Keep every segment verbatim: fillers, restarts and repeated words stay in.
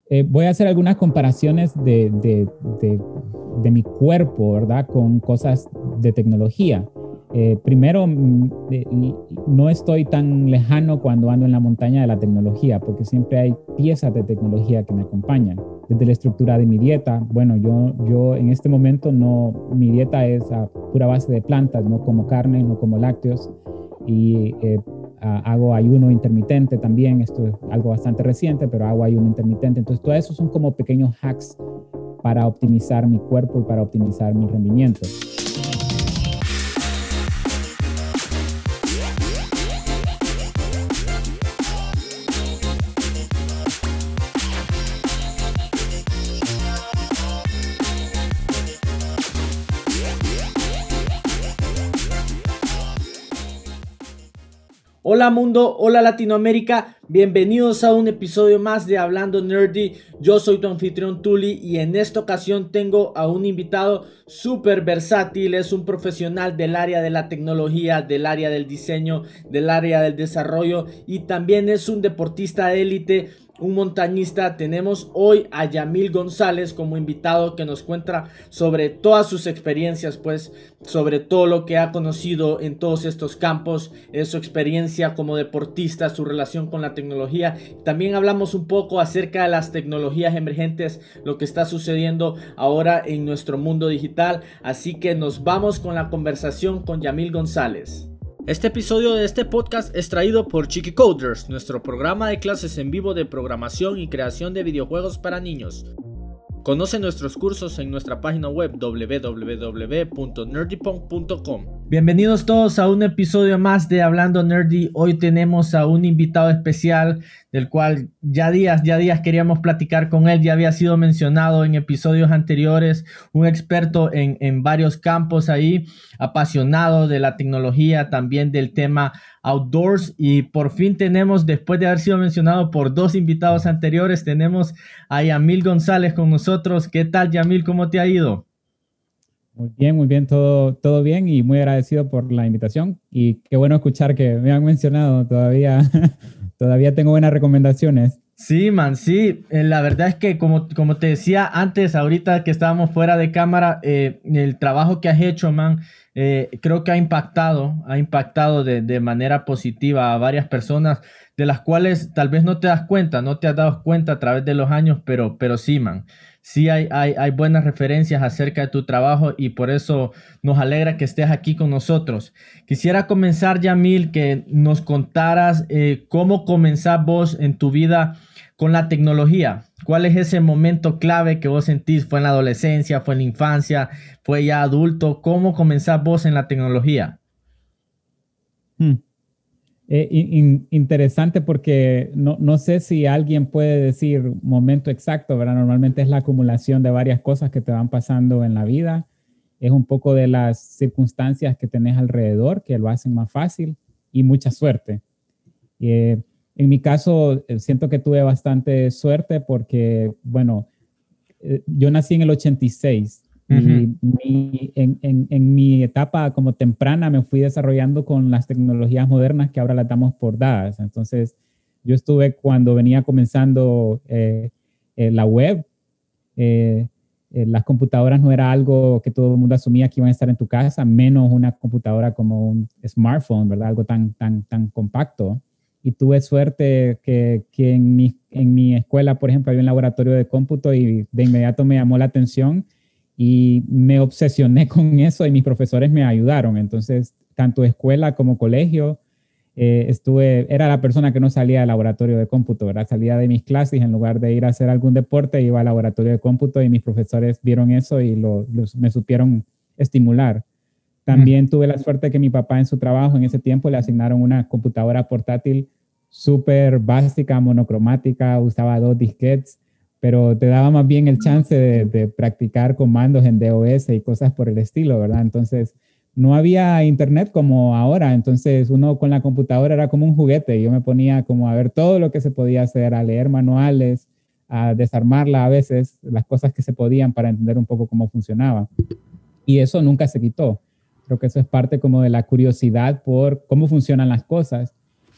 Eh, voy a hacer algunas comparaciones de, de, de, de mi cuerpo, ¿verdad? Con cosas de tecnología. Eh, primero, mm, eh, no estoy tan lejano cuando ando en la montaña de la tecnología, porque siempre hay piezas de tecnología que me acompañan. Desde la estructura de mi dieta, bueno, yo, yo en este momento no, mi dieta es a pura base de plantas, no como carne, no como lácteos, y eh, Uh, hago ayuno intermitente también, esto es algo bastante reciente, pero hago ayuno intermitente. Entonces, todo eso son como pequeños hacks para optimizar mi cuerpo y para optimizar mi rendimiento. Hola mundo, hola Latinoamérica, bienvenidos a un episodio más de Hablando Nerdy. Yo soy tu anfitrión Tuli y en esta ocasión tengo a un invitado súper versátil. Es un profesional del área de la tecnología, del área del diseño, del área del desarrollo y también es un deportista de élite, un montañista. Tenemos hoy a Yamil González como invitado, que nos cuenta sobre todas sus experiencias, pues sobre todo lo que ha conocido en todos estos campos, es su experiencia como deportista, su relación con la tecnología. También hablamos un poco acerca de las tecnologías emergentes, lo que está sucediendo ahora en nuestro mundo digital. Así que nos vamos con la conversación con Yamil González. Este episodio de este podcast es traído por Chiqui Coders, nuestro programa de clases en vivo de programación y creación de videojuegos para niños. Conoce nuestros cursos en nuestra página web w w w punto nerdypunk punto com. Bienvenidos todos a un episodio más de Hablando Nerdy. Hoy tenemos a un invitado especial del cual ya días, ya días queríamos platicar con él. Ya había sido mencionado en episodios anteriores, un experto en, en varios campos ahí, apasionado de la tecnología, también del tema outdoors, y por fin tenemos, después de haber sido mencionado por dos invitados anteriores, tenemos a Yamil González con nosotros. ¿Qué tal, Yamil? ¿Cómo te ha ido? Muy bien, muy bien, todo, todo bien y muy agradecido por la invitación y qué bueno escuchar que me han mencionado. Todavía, todavía tengo buenas recomendaciones. Sí, man, sí. Eh, la verdad es que como, como te decía antes, ahorita que estábamos fuera de cámara, eh, el trabajo que has hecho, man, eh, creo que ha impactado, ha impactado de, de manera positiva a varias personas, de las cuales tal vez no te das cuenta, no te has dado cuenta a través de los años, pero, pero sí, man. Sí hay, hay, hay buenas referencias acerca de tu trabajo y por eso nos alegra que estés aquí con nosotros. Quisiera comenzar, Yamil, que nos contaras eh, cómo comenzás vos en tu vida con la tecnología. ¿Cuál es ese momento clave que vos sentís? ¿Fue en la adolescencia? ¿Fue en la infancia? ¿Fue ya adulto? ¿Cómo comenzás vos en la tecnología? Hmm. Eh, in, interesante porque no, no sé si alguien puede decir momento exacto, ¿verdad? Normalmente es la acumulación de varias cosas que te van pasando en la vida. Es un poco de las circunstancias que tenés alrededor que lo hacen más fácil y mucha suerte. Eh, en mi caso, eh, siento que tuve bastante suerte porque, bueno, eh, yo nací en el ochenta y seis y Uh-huh. mi, en, en, en mi etapa como temprana me fui desarrollando con las tecnologías modernas que ahora las damos por dadas. Entonces, yo estuve cuando venía comenzando eh, eh, la web, eh, eh, las computadoras no era algo que todo el mundo asumía que iban a estar en tu casa, menos una computadora como un smartphone, ¿verdad? Algo tan, tan, tan compacto. Y tuve suerte que, que en, mi, en mi escuela, por ejemplo, había un laboratorio de cómputo y de inmediato me llamó la atención y me obsesioné con eso y mis profesores me ayudaron. Entonces, tanto escuela como colegio, eh, estuve, era la persona que no salía del laboratorio de cómputo, ¿verdad? Salía de mis clases y en lugar de ir a hacer algún deporte, iba al laboratorio de cómputo y mis profesores vieron eso y lo, los, me supieron estimular. También uh-huh. tuve la suerte que mi papá en su trabajo en ese tiempo le asignaron una computadora portátil súper básica, monocromática, usaba dos disquetes, pero te daba más bien el chance de, de practicar comandos en D O S y cosas por el estilo, ¿verdad? Entonces, no había internet como ahora, entonces uno con la computadora era como un juguete. Yo me ponía como a ver todo lo que se podía hacer, a leer manuales, a desarmarla a veces, las cosas que se podían para entender un poco cómo funcionaba. Y eso nunca se quitó. Creo que eso es parte como de la curiosidad por cómo funcionan las cosas.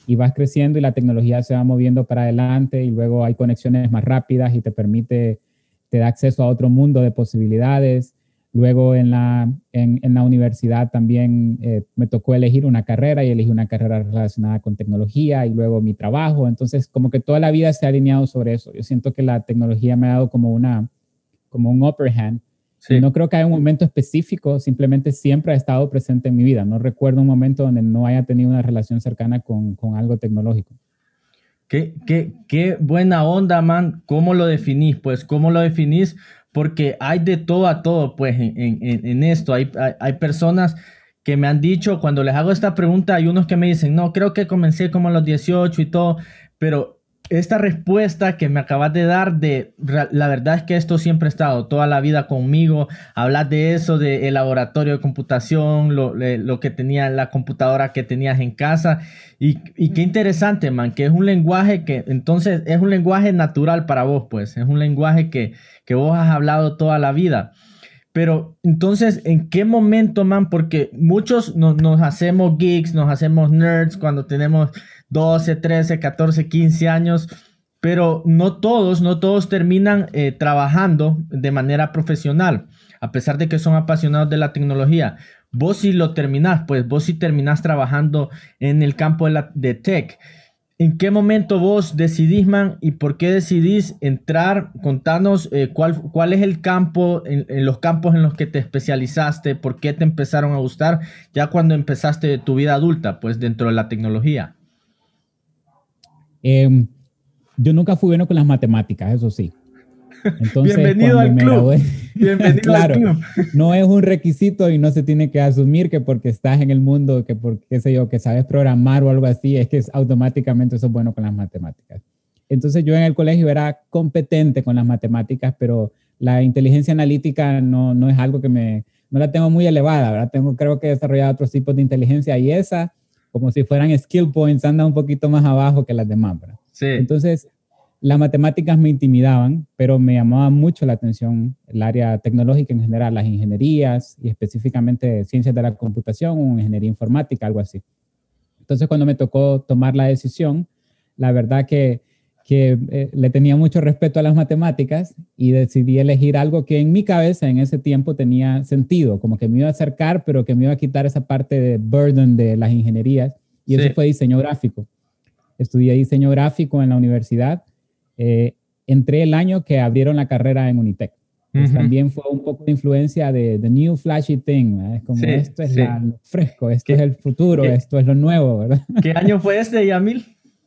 y vas creciendo y la tecnología se va moviendo para adelante y luego hay conexiones más rápidas y te permite, te da acceso a otro mundo de posibilidades. Luego en la, en, en la universidad también eh, me tocó elegir una carrera y elegí una carrera relacionada con tecnología y luego mi trabajo. Entonces, como que toda la vida se ha alineado sobre eso. Yo siento que la tecnología me ha dado como, una, como un upper hand. Sí. Y no creo que haya un momento específico, simplemente siempre ha estado presente en mi vida. No recuerdo un momento donde no haya tenido una relación cercana con, con algo tecnológico. Qué, qué, qué buena onda, man. ¿Cómo lo definís? Pues, ¿cómo lo definís? Porque hay de todo a todo, pues, en, en, en esto. Hay, hay, hay personas que me han dicho, cuando les hago esta pregunta, hay unos que me dicen, no, creo que comencé como a los dieciocho y todo, pero esta respuesta que me acabas de dar, de la verdad es que esto siempre ha estado toda la vida conmigo. Hablas de eso, del laboratorio de computación, lo, lo que tenía, la computadora que tenías en casa. Y, y qué interesante, man, que es un lenguaje que entonces es un lenguaje natural para vos, pues. Es un lenguaje que, que vos has hablado toda la vida. Pero entonces, ¿en qué momento, man? Porque muchos no, nos hacemos geeks, nos hacemos nerds cuando tenemos doce, trece, catorce, quince años, pero no todos, no todos terminan eh, trabajando de manera profesional, a pesar de que son apasionados de la tecnología. Vos sí lo terminás, pues vos sí terminás trabajando en el campo de, la, de tech. ¿En qué momento vos decidís, man, y por qué decidís entrar? Contanos eh, cuál, cuál es el campo, en, en los campos en los que te especializaste, por qué te empezaron a gustar ya cuando empezaste tu vida adulta, pues dentro de la tecnología. Eh, yo nunca fui bueno con las matemáticas, eso sí. Entonces, bienvenido al club. Gradué, bienvenido claro, al club. No es un requisito y no se tiene que asumir que porque estás en el mundo, que porque, qué sé yo, que sabes programar o algo así, es que es, automáticamente sos bueno con las matemáticas. Entonces yo en el colegio era competente con las matemáticas, pero la inteligencia analítica no, no es algo que me, no la tengo muy elevada, ¿verdad? Tengo, creo que he desarrollado otros tipos de inteligencia y esa, como si fueran skill points, anda un poquito más abajo que las demás, ¿verdad? Sí. Entonces, las matemáticas me intimidaban, pero me llamaba mucho la atención el área tecnológica en general, las ingenierías y específicamente ciencias de la computación o ingeniería informática, algo así. Entonces, cuando me tocó tomar la decisión, la verdad que, que eh, le tenía mucho respeto a las matemáticas y decidí elegir algo que en mi cabeza en ese tiempo tenía sentido, como que me iba a acercar, pero que me iba a quitar esa parte de burden de las ingenierías, y sí. Eso fue diseño gráfico. Estudié diseño gráfico en la universidad. Eh, entré el año que abrieron la carrera en Unitec. Pues uh-huh. También fue un poco de influencia de The New Flashy Thing, ¿verdad? Es como sí, esto es sí. la, lo fresco, esto es el futuro, ¿Qué? Esto es lo nuevo, ¿verdad? ¿Qué año fue este, Yamil?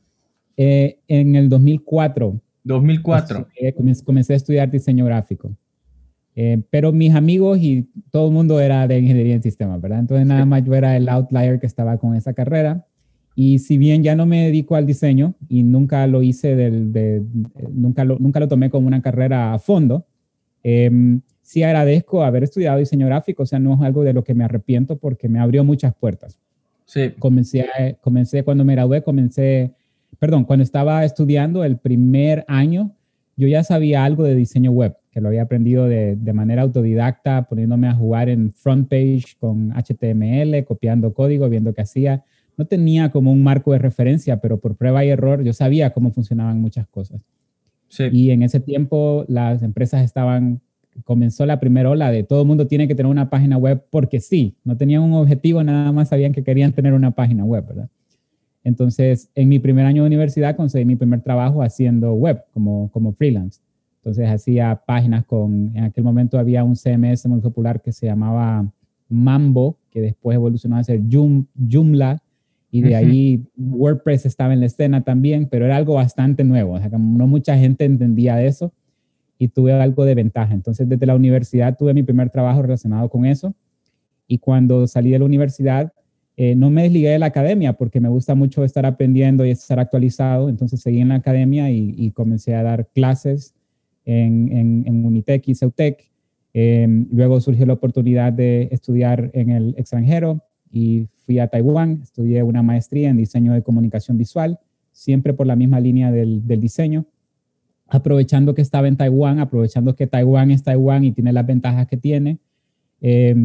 Eh, en el dos mil cuatro. dos mil cuatro. Pues, comencé, comencé a estudiar diseño gráfico. Eh, pero mis amigos y todo el mundo era de ingeniería en sistemas, ¿verdad? Entonces nada sí. más yo era el outlier que estaba con esa carrera. Y si bien ya no me dedico al diseño y nunca lo hice, del, de, de, nunca, lo, nunca lo tomé como una carrera a fondo, eh, sí agradezco haber estudiado diseño gráfico. O sea, no es algo de lo que me arrepiento porque me abrió muchas puertas. Sí. Comencé, a, comencé cuando me gradué, comencé, perdón, cuando estaba estudiando el primer año, yo ya sabía algo de diseño web, que lo había aprendido de, de manera autodidacta, poniéndome a jugar en front page con H T M L, copiando código, viendo qué hacía. No tenía como un marco de referencia, pero por prueba y error yo sabía cómo funcionaban muchas cosas. Sí. Y en ese tiempo las empresas estaban, comenzó la primera ola de todo el mundo tiene que tener una página web porque sí, no tenían un objetivo, nada más sabían que querían tener una página web, ¿verdad? Entonces, en mi primer año de universidad conseguí mi primer trabajo haciendo web como, como freelance. Entonces, hacía páginas con, en aquel momento había un C M S muy popular que se llamaba Mambo, que después evolucionó a ser Joom, Joomla, y de ahí WordPress estaba en la escena también, pero era algo bastante nuevo. O sea, como no mucha gente entendía de eso y tuve algo de ventaja. Entonces, desde la universidad tuve mi primer trabajo relacionado con eso. Y cuando salí de la universidad, eh, no me desligué de la academia porque me gusta mucho estar aprendiendo y estar actualizado. Entonces, seguí en la academia y, y comencé a dar clases en, en, en Unitec y Ceutec. Eh, luego surgió la oportunidad de estudiar en el extranjero y fui a Taiwán, estudié una maestría en diseño de comunicación visual, siempre por la misma línea del, del diseño, aprovechando que estaba en Taiwán, aprovechando que Taiwán es Taiwán y tiene las ventajas que tiene. Eh,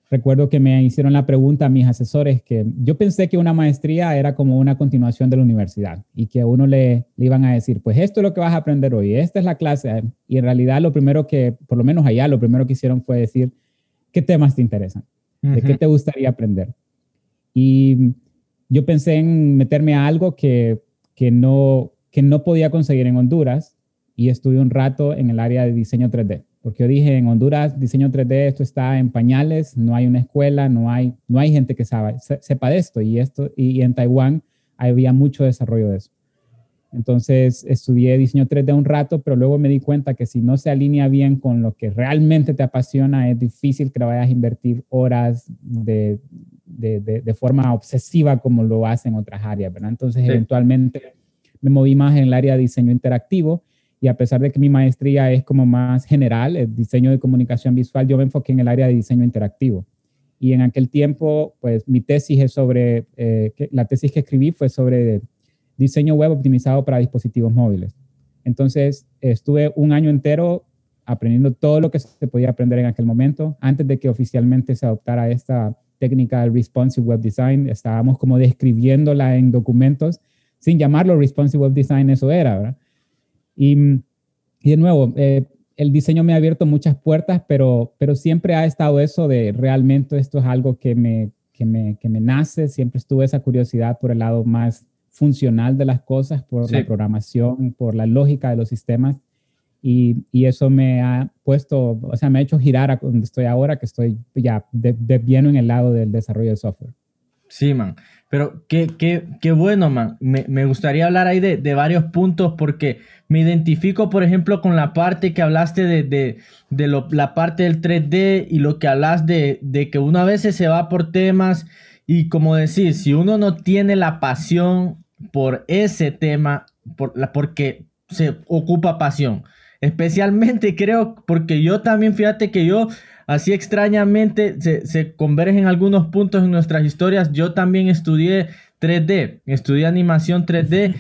recuerdo que me hicieron la pregunta a mis asesores que yo pensé que una maestría era como una continuación de la universidad y que a uno le, le iban a decir, pues esto es lo que vas a aprender hoy, esta es la clase. Y en realidad lo primero que, por lo menos allá, lo primero que hicieron fue decir, ¿qué temas te interesan? ¿De uh-huh. qué te gustaría aprender? Y yo pensé en meterme a algo que, que, no, que no podía conseguir en Honduras y estuve un rato en el área de diseño tres D. Porque yo dije, en Honduras, diseño tres D, esto está en pañales, no hay una escuela, no hay, no hay gente que sabe, se, sepa de esto. Y, esto. y en Taiwán había mucho desarrollo de eso. Entonces, estudié diseño tres D un rato, pero luego me di cuenta que si no se alinea bien con lo que realmente te apasiona, es difícil que vayas a invertir horas de, de, de, de forma obsesiva como lo hacen otras áreas, ¿verdad? Entonces, sí. eventualmente me moví más en el área de diseño interactivo. Y a pesar de que mi maestría es como más general, el diseño de comunicación visual, yo me enfoqué en el área de diseño interactivo. Y en aquel tiempo, pues mi tesis es sobre, eh, que, la tesis que escribí fue sobre diseño web optimizado para dispositivos móviles. Entonces, estuve un año entero aprendiendo todo lo que se podía aprender en aquel momento. Antes de que oficialmente se adoptara esta técnica del Responsive Web Design, estábamos como describiéndola en documentos, sin llamarlo Responsive Web Design, eso era, ¿verdad? Y, y de nuevo, eh, el diseño me ha abierto muchas puertas, pero, pero siempre ha estado eso de realmente esto es algo que me, que, me, que me nace. Siempre estuve esa curiosidad por el lado más funcional de las cosas, por sí. la programación, por la lógica de los sistemas. Y, y eso me ha puesto, o sea, me ha hecho girar a donde estoy ahora, que estoy ya de, de bien en el lado del desarrollo de software. Sí, man. Pero qué, qué, qué bueno, man. Me, me gustaría hablar ahí de, de varios puntos porque me identifico, por ejemplo, con la parte que hablaste de, de, de lo, la parte del tres D y lo que hablas de, de que uno a veces se va por temas y como decir, si uno no tiene la pasión por ese tema, por la, porque se ocupa pasión. Especialmente creo, porque yo también, fíjate que yo... Así extrañamente se, se convergen algunos puntos en nuestras historias. Yo también estudié tres D, estudié animación tres D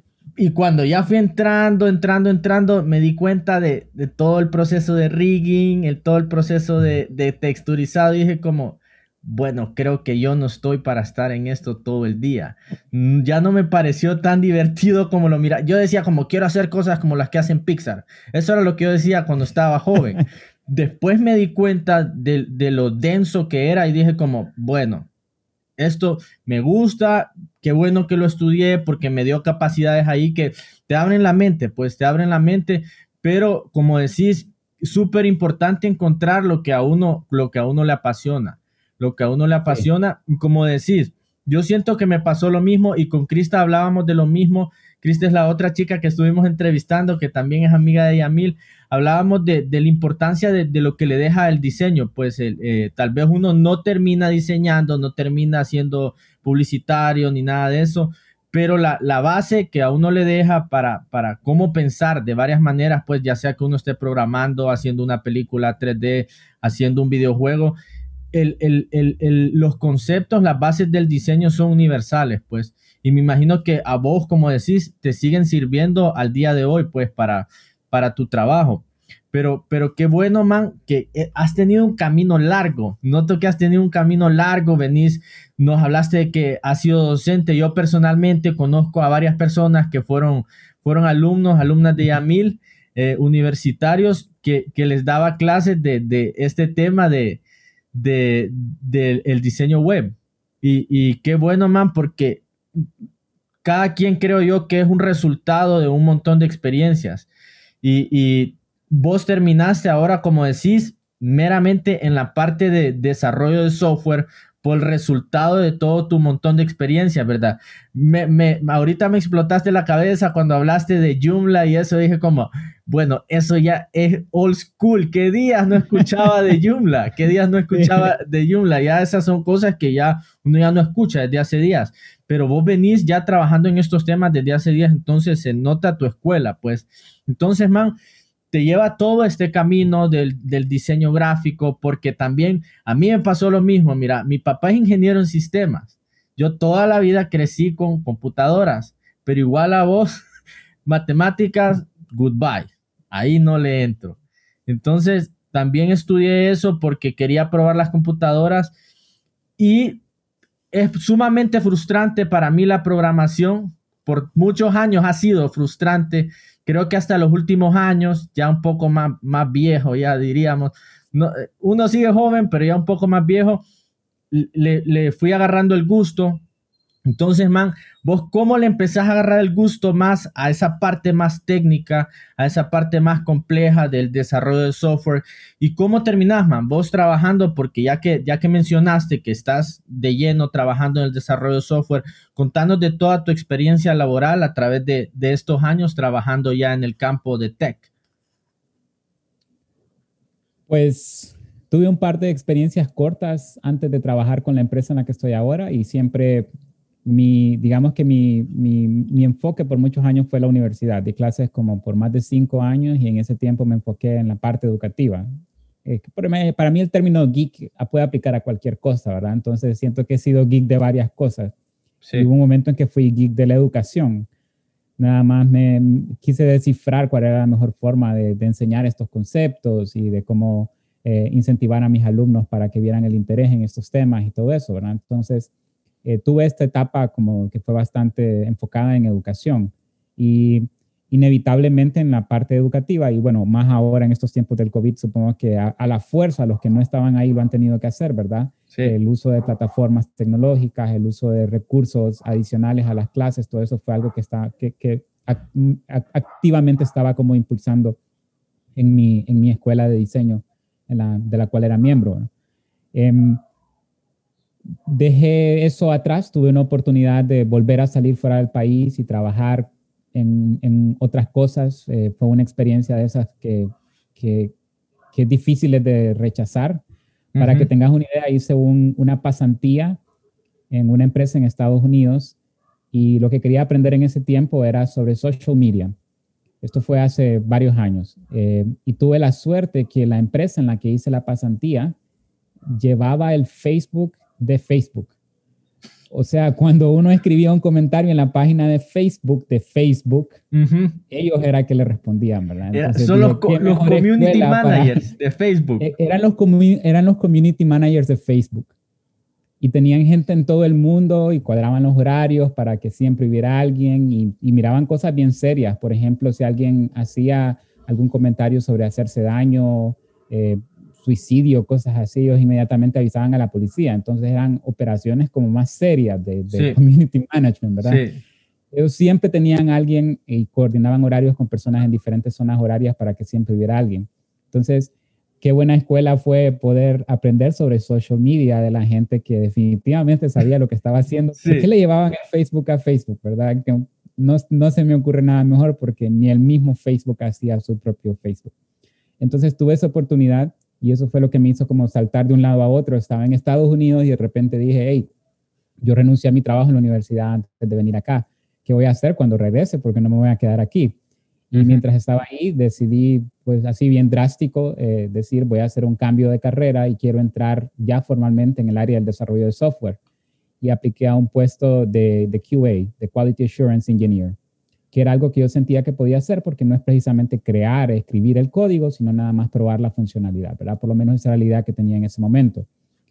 y cuando ya fui entrando, entrando, entrando, me di cuenta de, de todo el proceso de rigging, el, todo el proceso de, de texturizado y dije como, bueno, creo que yo no estoy para estar en esto todo el día. Ya no me pareció tan divertido como lo mira. Yo decía como quiero hacer cosas como las que hacen Pixar. Eso era lo que yo decía cuando estaba joven. Después me di cuenta de, de lo denso que era y dije como, bueno, esto me gusta, qué bueno que lo estudié porque me dio capacidades ahí que te abren la mente, pues te abren la mente, pero como decís, súper importante encontrar lo que a uno, lo que a uno le apasiona, lo que a uno le apasiona, sí. Como decís, yo siento que me pasó lo mismo y con Krista hablábamos de lo mismo. Krista es la otra chica que estuvimos entrevistando, que también es amiga de Yamil. Hablábamos de, de la importancia de, de lo que le deja el diseño. Pues el, eh, tal vez uno no termina diseñando, no termina siendo publicitario ni nada de eso, pero la, la base que a uno le deja para, para cómo pensar de varias maneras, pues ya sea que uno esté programando, haciendo una película tres D, haciendo un videojuego, el, el, el, el, los conceptos, las bases del diseño son universales, pues. Y me imagino que a vos, como decís, te siguen sirviendo al día de hoy, pues, para, para tu trabajo. Pero, pero qué bueno, man, que has tenido un camino largo. Noto que has tenido un camino largo. Venís, nos hablaste de que has sido docente. Yo personalmente conozco a varias personas que fueron, fueron alumnos, alumnas de Yamil, eh, universitarios, que, que les daba clases de, de este tema de, de, de el diseño web. Y, y qué bueno, man, porque cada quien creo yo que es un resultado de un montón de experiencias y, y vos terminaste ahora, como decís, meramente en la parte de desarrollo de software por el resultado de todo tu montón de experiencias, ¿verdad? Me, me, ahorita me explotaste la cabeza cuando hablaste de Joomla y eso, dije como, bueno, eso ya es old school. ¿Qué días no escuchaba de Joomla? ¿Qué días no escuchaba de Joomla? Ya esas son cosas que ya uno ya no escucha desde hace días. Pero vos venís ya trabajando en estos temas desde hace días, entonces se nota tu escuela, pues. Entonces, man, te lleva todo este camino del, del diseño gráfico, porque también a mí me pasó lo mismo. Mira, mi papá es ingeniero en sistemas. Yo toda la vida crecí con computadoras, pero igual a vos, matemáticas, goodbye. Ahí no le entro. Entonces, también estudié eso porque quería probar las computadoras y es sumamente frustrante para mí la programación. Por muchos años ha sido frustrante. Creo que hasta los últimos años, ya un poco más, más viejo, ya diríamos. No, uno sigue joven, pero ya un poco más viejo, le, le fui agarrando el gusto. Entonces, man, vos cómo le empezás a agarrar el gusto más a esa parte más técnica, a esa parte más compleja del desarrollo de software, y cómo terminás, man, vos trabajando, porque ya que, ya que mencionaste que estás de lleno trabajando en el desarrollo de software, contanos de toda tu experiencia laboral a través de, de estos años trabajando ya en el campo de tech. Pues tuve un par de experiencias cortas antes de trabajar con la empresa en la que estoy ahora y siempre mi, digamos que mi, mi, mi enfoque por muchos años fue la universidad. Di clases como por más de cinco años y en ese tiempo me enfoqué en la parte educativa. Eh, para mí el término geek puede aplicar a cualquier cosa, ¿verdad? Entonces siento que he sido geek de varias cosas. Sí. Y hubo un momento en que fui geek de la educación. Nada más me quise descifrar cuál era la mejor forma de, de enseñar estos conceptos y de cómo eh, incentivar a mis alumnos para que vieran el interés en estos temas y todo eso, ¿verdad? Entonces, eh, tuve esta etapa como que fue bastante enfocada en educación y inevitablemente en la parte educativa y bueno, más ahora en estos tiempos del COVID, supongo que a, a la fuerza los que no estaban ahí lo han tenido que hacer, ¿verdad? Sí. El uso de plataformas tecnológicas, el uso de recursos adicionales a las clases, todo eso fue algo que, está, que, que activamente estaba como impulsando en mi, en mi escuela de diseño, en la, de la cual era miembro, ¿no? Eh, dejé eso atrás, tuve una oportunidad de volver a salir fuera del país y trabajar en, en otras cosas. Eh, fue una experiencia de esas que, que, que es difícil de rechazar. Uh-huh. Para que tengas una idea, hice un, una pasantía en una empresa en Estados Unidos y lo que quería aprender en ese tiempo era sobre social media. Esto fue hace varios años. Eh, y tuve la suerte que la empresa en la que hice la pasantía llevaba el Facebook de Facebook. O sea, cuando uno escribía un comentario en la página de Facebook de Facebook, uh-huh. ellos era que le respondían, ¿verdad? Entonces, Son dije, los, co los community managers para... de Facebook. Eran los, eran los community managers de Facebook. Y tenían gente en todo el mundo y cuadraban los horarios para que siempre hubiera alguien y, y miraban cosas bien serias. Por ejemplo, si alguien hacía algún comentario sobre hacerse daño, eh, suicidio, cosas así, ellos inmediatamente avisaban a la policía. Entonces eran operaciones como más serias de, de sí. community management, ¿verdad? Sí. Ellos siempre tenían alguien y coordinaban horarios con personas en diferentes zonas horarias para que siempre hubiera alguien. Entonces, qué buena escuela fue poder aprender sobre social media de la gente que definitivamente sabía lo que estaba haciendo. Sí. ¿Por qué le llevaban el Facebook a Facebook, verdad? Que no, no se me ocurre nada mejor porque ni el mismo Facebook hacía su propio Facebook. Entonces tuve esa oportunidad y eso fue lo que me hizo como saltar de un lado a otro. Estaba en Estados Unidos y de repente dije, hey, yo renuncié a mi trabajo en la universidad antes de venir acá. ¿Qué voy a hacer cuando regrese? Porque no me voy a quedar aquí. Y uh-huh. mientras estaba ahí, decidí, pues así bien drástico, eh, decir, voy a hacer un cambio de carrera y quiero entrar ya formalmente en el área del desarrollo de software. Y apliqué a un puesto de, de Q A, de Quality Assurance Engineer, que era algo que yo sentía que podía hacer porque no es precisamente crear, escribir el código, sino nada más probar la funcionalidad, ¿verdad? Por lo menos esa era la idea que tenía en ese momento.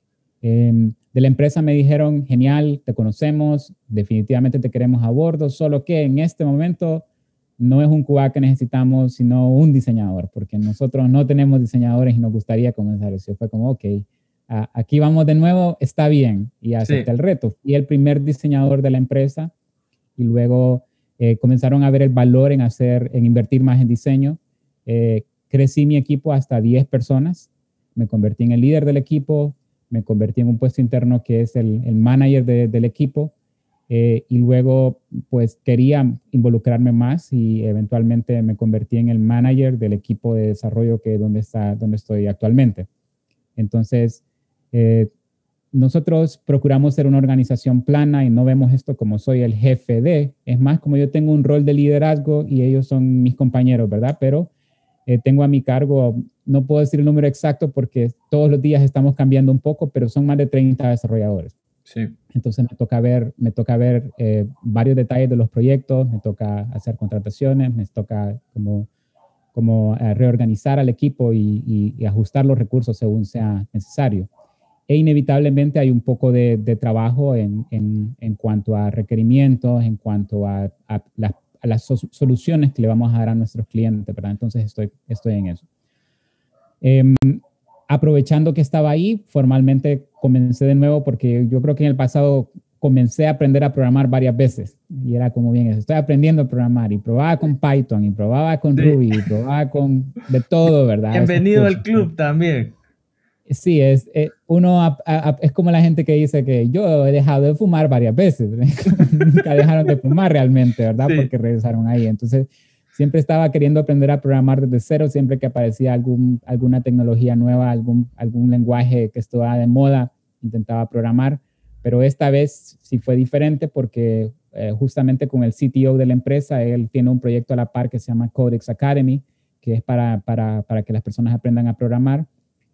Eh, de la empresa me dijeron, genial, te conocemos, definitivamente te queremos a bordo, solo que en este momento no es un Q A que necesitamos, sino un diseñador, porque nosotros no tenemos diseñadores y nos gustaría comenzar eso. Fue como, ok, a, aquí vamos de nuevo, está bien, y acepté sí. el reto. Fui el primer diseñador de la empresa y luego eh, comenzaron a ver el valor en hacer, en invertir más en diseño. Eh, crecí mi equipo hasta diez personas, me convertí en el líder del equipo, me convertí en un puesto interno que es el, el manager de, del equipo. Eh, y luego, pues, quería involucrarme más y eventualmente me convertí en el manager del equipo de desarrollo que donde, está, donde estoy actualmente. Entonces, eh, nosotros procuramos ser una organización plana y no vemos esto como soy el jefe de. Es más, como yo tengo un rol de liderazgo y ellos son mis compañeros, ¿verdad? Pero eh, tengo a mi cargo, no puedo decir el número exacto porque todos los días estamos cambiando un poco, pero son más de treinta desarrolladores. Sí. Entonces me toca ver, me toca ver eh, varios detalles de los proyectos, me toca hacer contrataciones, me toca como como eh, reorganizar al equipo y, y, y ajustar los recursos según sea necesario. E inevitablemente hay un poco de, de trabajo en, en, en cuanto a requerimientos, en cuanto a, a, la, a las so soluciones que le vamos a dar a nuestros clientes, ¿verdad? Entonces estoy, estoy en eso. Eh, aprovechando que estaba ahí, formalmente comencé de nuevo porque yo creo que en el pasado comencé a aprender a programar varias veces y era como bien eso, estoy aprendiendo a programar y probaba con Python y probaba con sí. Ruby y probaba con de todo, ¿verdad? Bienvenido al club también. Sí, es, eh, uno a, a, es como la gente que dice que yo he dejado de fumar varias veces, nunca dejaron de fumar realmente, ¿verdad? Sí. Porque regresaron ahí. Entonces, siempre estaba queriendo aprender a programar desde cero, siempre que aparecía algún, alguna tecnología nueva, algún, algún lenguaje que estaba de moda, intentaba programar, pero esta vez sí fue diferente porque eh, justamente con el C T O de la empresa, él tiene un proyecto a la par que se llama Codex Academy, que es para, para, para que las personas aprendan a programar.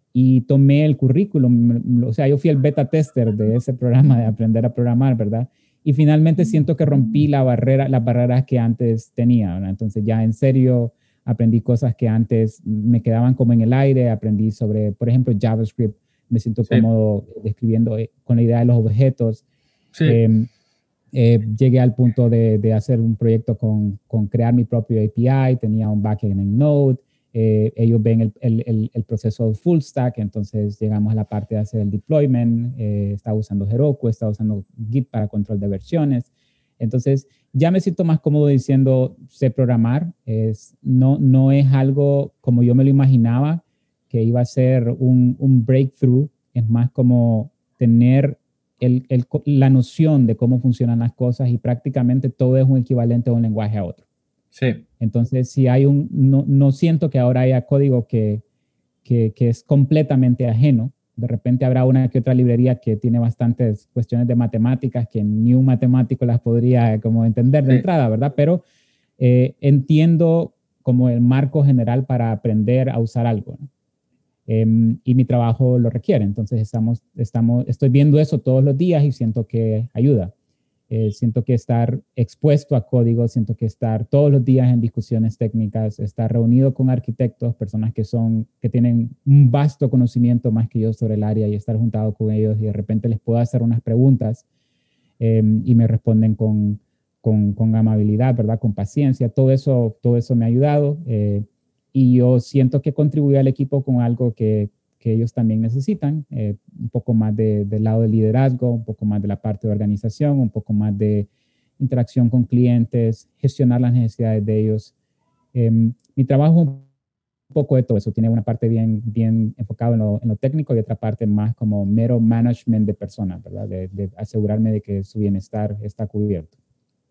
Y tomé el currículum, o sea, yo fui el beta tester de ese programa de aprender a programar, ¿verdad? Y finalmente siento que rompí la barrera, las barreras que antes tenía, ¿verdad? Entonces ya en serio aprendí cosas que antes me quedaban como en el aire, aprendí sobre, por ejemplo, JavaScript, me siento sí. cómodo describiendo con la idea de los objetos. Sí. Eh, eh, llegué al punto de, de hacer un proyecto con, con crear mi propio A P I, tenía un backend en Node. Eh, ellos ven el, el, el proceso full stack, entonces llegamos a la parte de hacer el deployment, eh, estaba usando Heroku, estaba usando Git para control de versiones, entonces ya me siento más cómodo diciendo sé programar, es, no, no es algo como yo me lo imaginaba, que iba a ser un, un breakthrough, es más como tener el, el, la noción de cómo funcionan las cosas y prácticamente todo es un equivalente de un lenguaje a otro. Sí. Entonces, si hay un, no, no siento que ahora haya código que, que, que es completamente ajeno. De repente habrá una que otra librería que tiene bastantes cuestiones de matemáticas que ni un matemático las podría como entender de sí. entrada, ¿verdad? Pero eh, entiendo como el marco general para aprender a usar algo, ¿no? Eh, y mi trabajo lo requiere. Entonces, estamos, estamos, estoy viendo eso todos los días y siento que ayuda. Eh, siento que estar expuesto a código, siento que estar todos los días en discusiones técnicas, estar reunido con arquitectos, personas que son, que tienen un vasto conocimiento más que yo sobre el área y estar juntado con ellos y de repente les puedo hacer unas preguntas eh, y me responden con, con, con amabilidad, ¿verdad? Con paciencia. Todo eso, todo eso me ha ayudado eh, y yo siento que contribuí al equipo con algo que, que ellos también necesitan, eh, un poco más de, del lado del liderazgo, un poco más de la parte de organización, un poco más de interacción con clientes, gestionar las necesidades de ellos. Eh, mi trabajo un poco de todo eso, tiene una parte bien, bien enfocada en lo, en lo técnico y otra parte más como mero management de personas, ¿verdad? De, de asegurarme de que su bienestar está cubierto.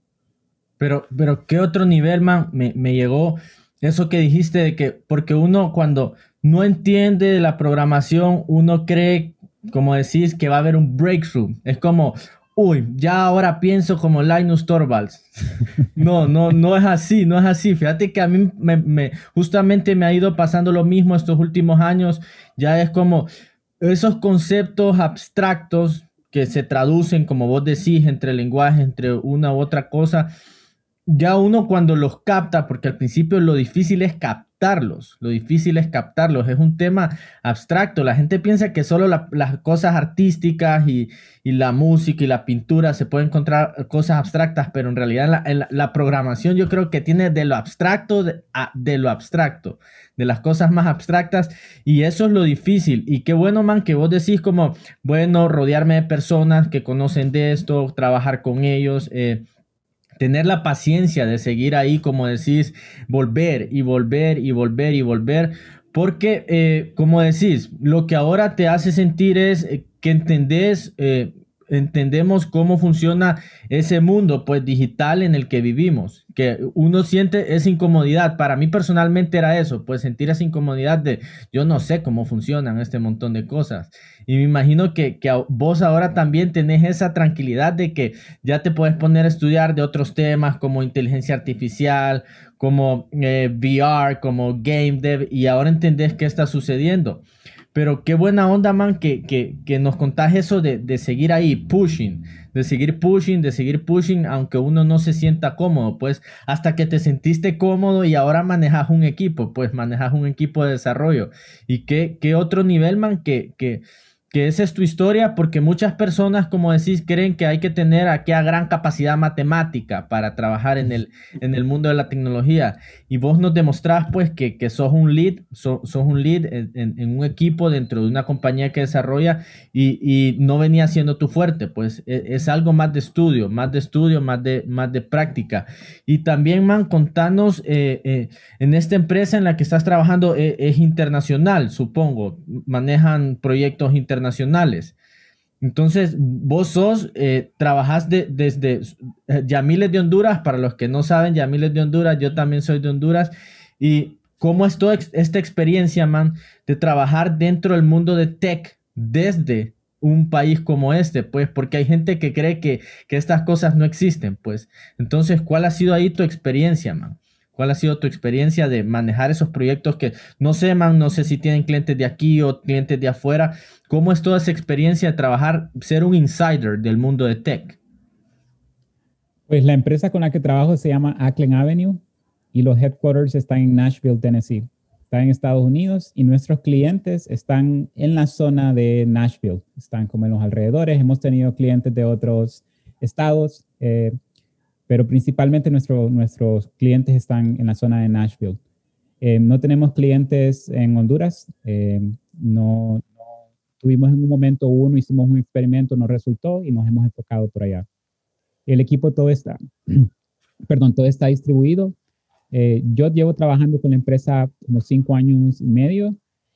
Pero, pero ¿qué otro nivel, man? Me, me llegó eso que dijiste de que, porque uno cuando no entiende la programación, uno cree, como decís, que va a haber un breakthrough. Es como, uy, ya ahora pienso como Linus Torvalds. No, no, no es así, no es así. Fíjate que a mí me, me, justamente me ha ido pasando lo mismo estos últimos años. Ya es como esos conceptos abstractos que se traducen, como vos decís, entre lenguajes, entre una u otra cosa. Ya uno cuando los capta, porque al principio lo difícil es captarlos, lo difícil es captarlos, es un tema abstracto. La gente piensa que solo la, las cosas artísticas y, y la música y la pintura se pueden encontrar cosas abstractas, pero en realidad la, la, la programación yo creo que tiene de lo abstracto de, a, de lo abstracto, de las cosas más abstractas, y eso es lo difícil. Y qué bueno, man, que vos decís como, bueno, rodearme de personas que conocen de esto, trabajar con ellos, eh, tener la paciencia de seguir ahí, como decís, volver y volver y volver y volver, porque, eh, como decís, lo que ahora te hace sentir es eh, que entendés, eh, entendemos cómo funciona ese mundo, pues, digital en el que vivimos, que uno siente esa incomodidad. Para mí personalmente era eso, pues, sentir esa incomodidad de, yo no sé cómo funcionan este montón de cosas. Y me imagino que, que vos ahora también tenés esa tranquilidad de que ya te puedes poner a estudiar de otros temas como inteligencia artificial, como eh, V R, como game dev, y ahora entendés qué está sucediendo. pero qué buena onda, man, que, que, que nos contás eso de, de seguir ahí, pushing, de seguir pushing, de seguir pushing, aunque uno no se sienta cómodo, pues hasta que te sentiste cómodo y ahora manejas un equipo, pues manejas un equipo de desarrollo. ¿Y qué, qué otro nivel, man, que, que, que esa es tu historia? Porque muchas personas, como decís, creen que hay que tener aquella gran capacidad matemática para trabajar en el, en el mundo de la tecnología. Y vos nos demostrás, pues, que, que sos un lead, so- sos un lead en, en- en un equipo dentro de una compañía que desarrolla y, y no venía siendo tu fuerte, pues e- es, algo más de estudio, más de estudio, más de, más de práctica. Y también, man, contanos, eh, eh, en esta empresa en la que estás trabajando, eh, es internacional, supongo, manejan proyectos internacionales. Entonces, vos sos, eh, trabajás de- desde eh, Yamil de Honduras. Para los que no saben, Yamil es de Honduras, yo también soy de Honduras. ¿Y cómo es toda ex- esta experiencia, man, de trabajar dentro del mundo de tech desde un país como este? Pues porque hay gente que cree que, que estas cosas no existen, pues. Entonces, ¿cuál ha sido ahí tu experiencia, man? ¿Cuál ha sido tu experiencia de manejar esos proyectos que, no sé, man, no sé si tienen clientes de aquí o clientes de afuera? ¿Cómo es toda esa experiencia de trabajar, ser un insider del mundo de tech? Pues la empresa con la que trabajo se llama Acklen Avenue y los headquarters están en Nashville, Tennessee. Está en Estados Unidos y nuestros clientes están en la zona de Nashville, están como en los alrededores. Hemos tenido clientes de otros estados, eh, pero principalmente nuestro, nuestros clientes están en la zona de Nashville. Eh, no tenemos clientes en Honduras. Eh, no, no tuvimos en un momento uno, hicimos un experimento, no resultó y nos hemos enfocado por allá. El equipo todo está, perdón, todo está distribuido. Eh, yo llevo trabajando con la empresa como cinco años y medio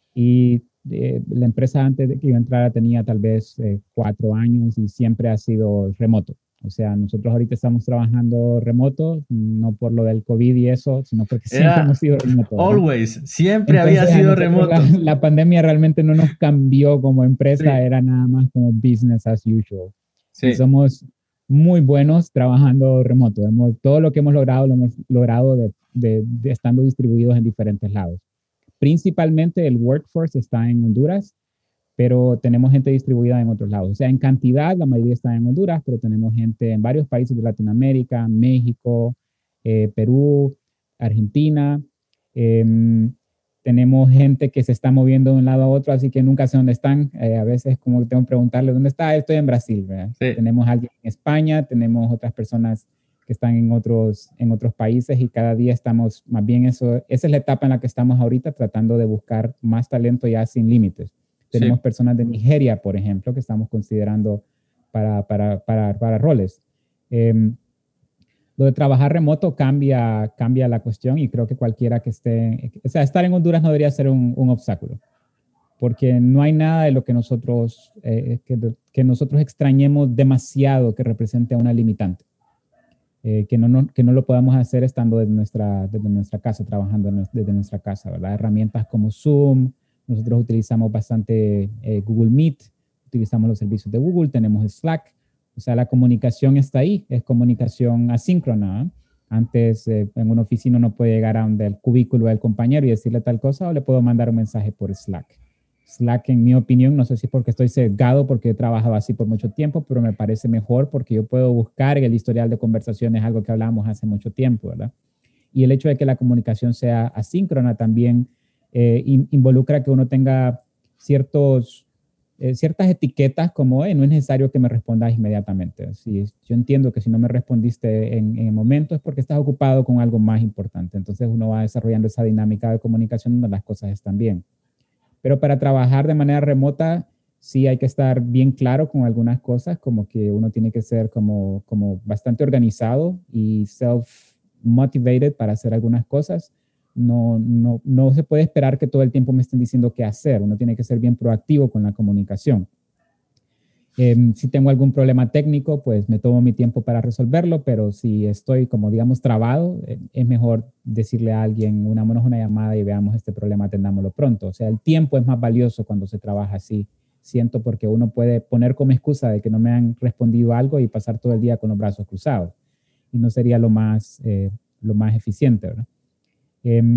y eh, la empresa antes de que yo entrara tenía tal vez eh, cuatro años y siempre ha sido remoto. O sea, nosotros ahorita estamos trabajando remoto, no por lo del COVID y eso, sino porque siempre hemos Era sido remoto, ¿verdad? always, siempre había Entonces a sido nosotros la, remoto. la pandemia realmente no nos cambió como empresa, Sí, era nada más como business as usual. Y sí, somos muy buenos trabajando remoto. Hemos, todo lo que hemos logrado lo hemos logrado de, de, de estando distribuidos en diferentes lados. Principalmente el workforce está en Honduras, pero tenemos gente distribuida en otros lados. O sea, en cantidad la mayoría está en Honduras, pero tenemos gente en varios países de Latinoamérica, México, eh, Perú, Argentina. Eh, tenemos gente que se está moviendo de un lado a otro, así que nunca sé dónde están. Eh, a veces como que tengo que preguntarle, ¿dónde está? Estoy en Brasil, ¿verdad? sí, Tenemos alguien en España, tenemos otras personas que están en otros, en otros países y cada día estamos, más bien eso, esa es la etapa en la que estamos ahorita, tratando de buscar más talento ya sin límites. Tenemos sí. personas de Nigeria, por ejemplo, que estamos considerando para, para, para, para roles. Eh, lo de trabajar remoto cambia, cambia la cuestión y creo que cualquiera que esté, o sea, estar en Honduras no debería ser un, un obstáculo, porque no hay nada de lo que nosotros, eh, que, que nosotros extrañemos demasiado que represente a una limitante. Eh, que, no, no, que no lo podamos hacer estando desde nuestra, desde nuestra casa, trabajando desde nuestra casa, ¿verdad? Herramientas como Zoom, nosotros utilizamos bastante eh, Google Meet, utilizamos los servicios de Google, tenemos Slack, o sea, la comunicación está ahí, es comunicación asíncrona. ¿Eh? Antes, eh, en una oficina uno puede llegar a donde el cubículo del compañero y decirle tal cosa, o le puedo mandar un mensaje por Slack. Slack, en mi opinión, no sé si es porque estoy sesgado, porque he trabajado así por mucho tiempo, pero me parece mejor porque yo puedo buscar en el historial de conversaciones algo que hablamos hace mucho tiempo, ¿verdad? Y el hecho de que la comunicación sea asíncrona también eh, in, involucra que uno tenga ciertos, eh, ciertas etiquetas como, eh, no es necesario que me respondas inmediatamente. Si, yo entiendo que si no me respondiste en, en el momento es porque estás ocupado con algo más importante. Entonces uno va desarrollando esa dinámica de comunicación donde las cosas están bien. Pero para trabajar de manera remota, sí hay que estar bien claro con algunas cosas, como que uno tiene que ser como, como bastante organizado y self-motivated para hacer algunas cosas. No, no, no se puede esperar que todo el tiempo me estén diciendo qué hacer. Uno tiene que ser bien proactivo con la comunicación. Eh, si tengo algún problema técnico, pues me tomo mi tiempo para resolverlo, pero si estoy, como digamos, trabado, eh, es mejor decirle a alguien, unámonos una llamada y veamos este problema, atendámoslo pronto. O sea, el tiempo es más valioso cuando se trabaja así, siento, porque uno puede poner como excusa de que no me han respondido algo y pasar todo el día con los brazos cruzados. Y no sería lo más, eh, lo más eficiente, ¿verdad? Eh,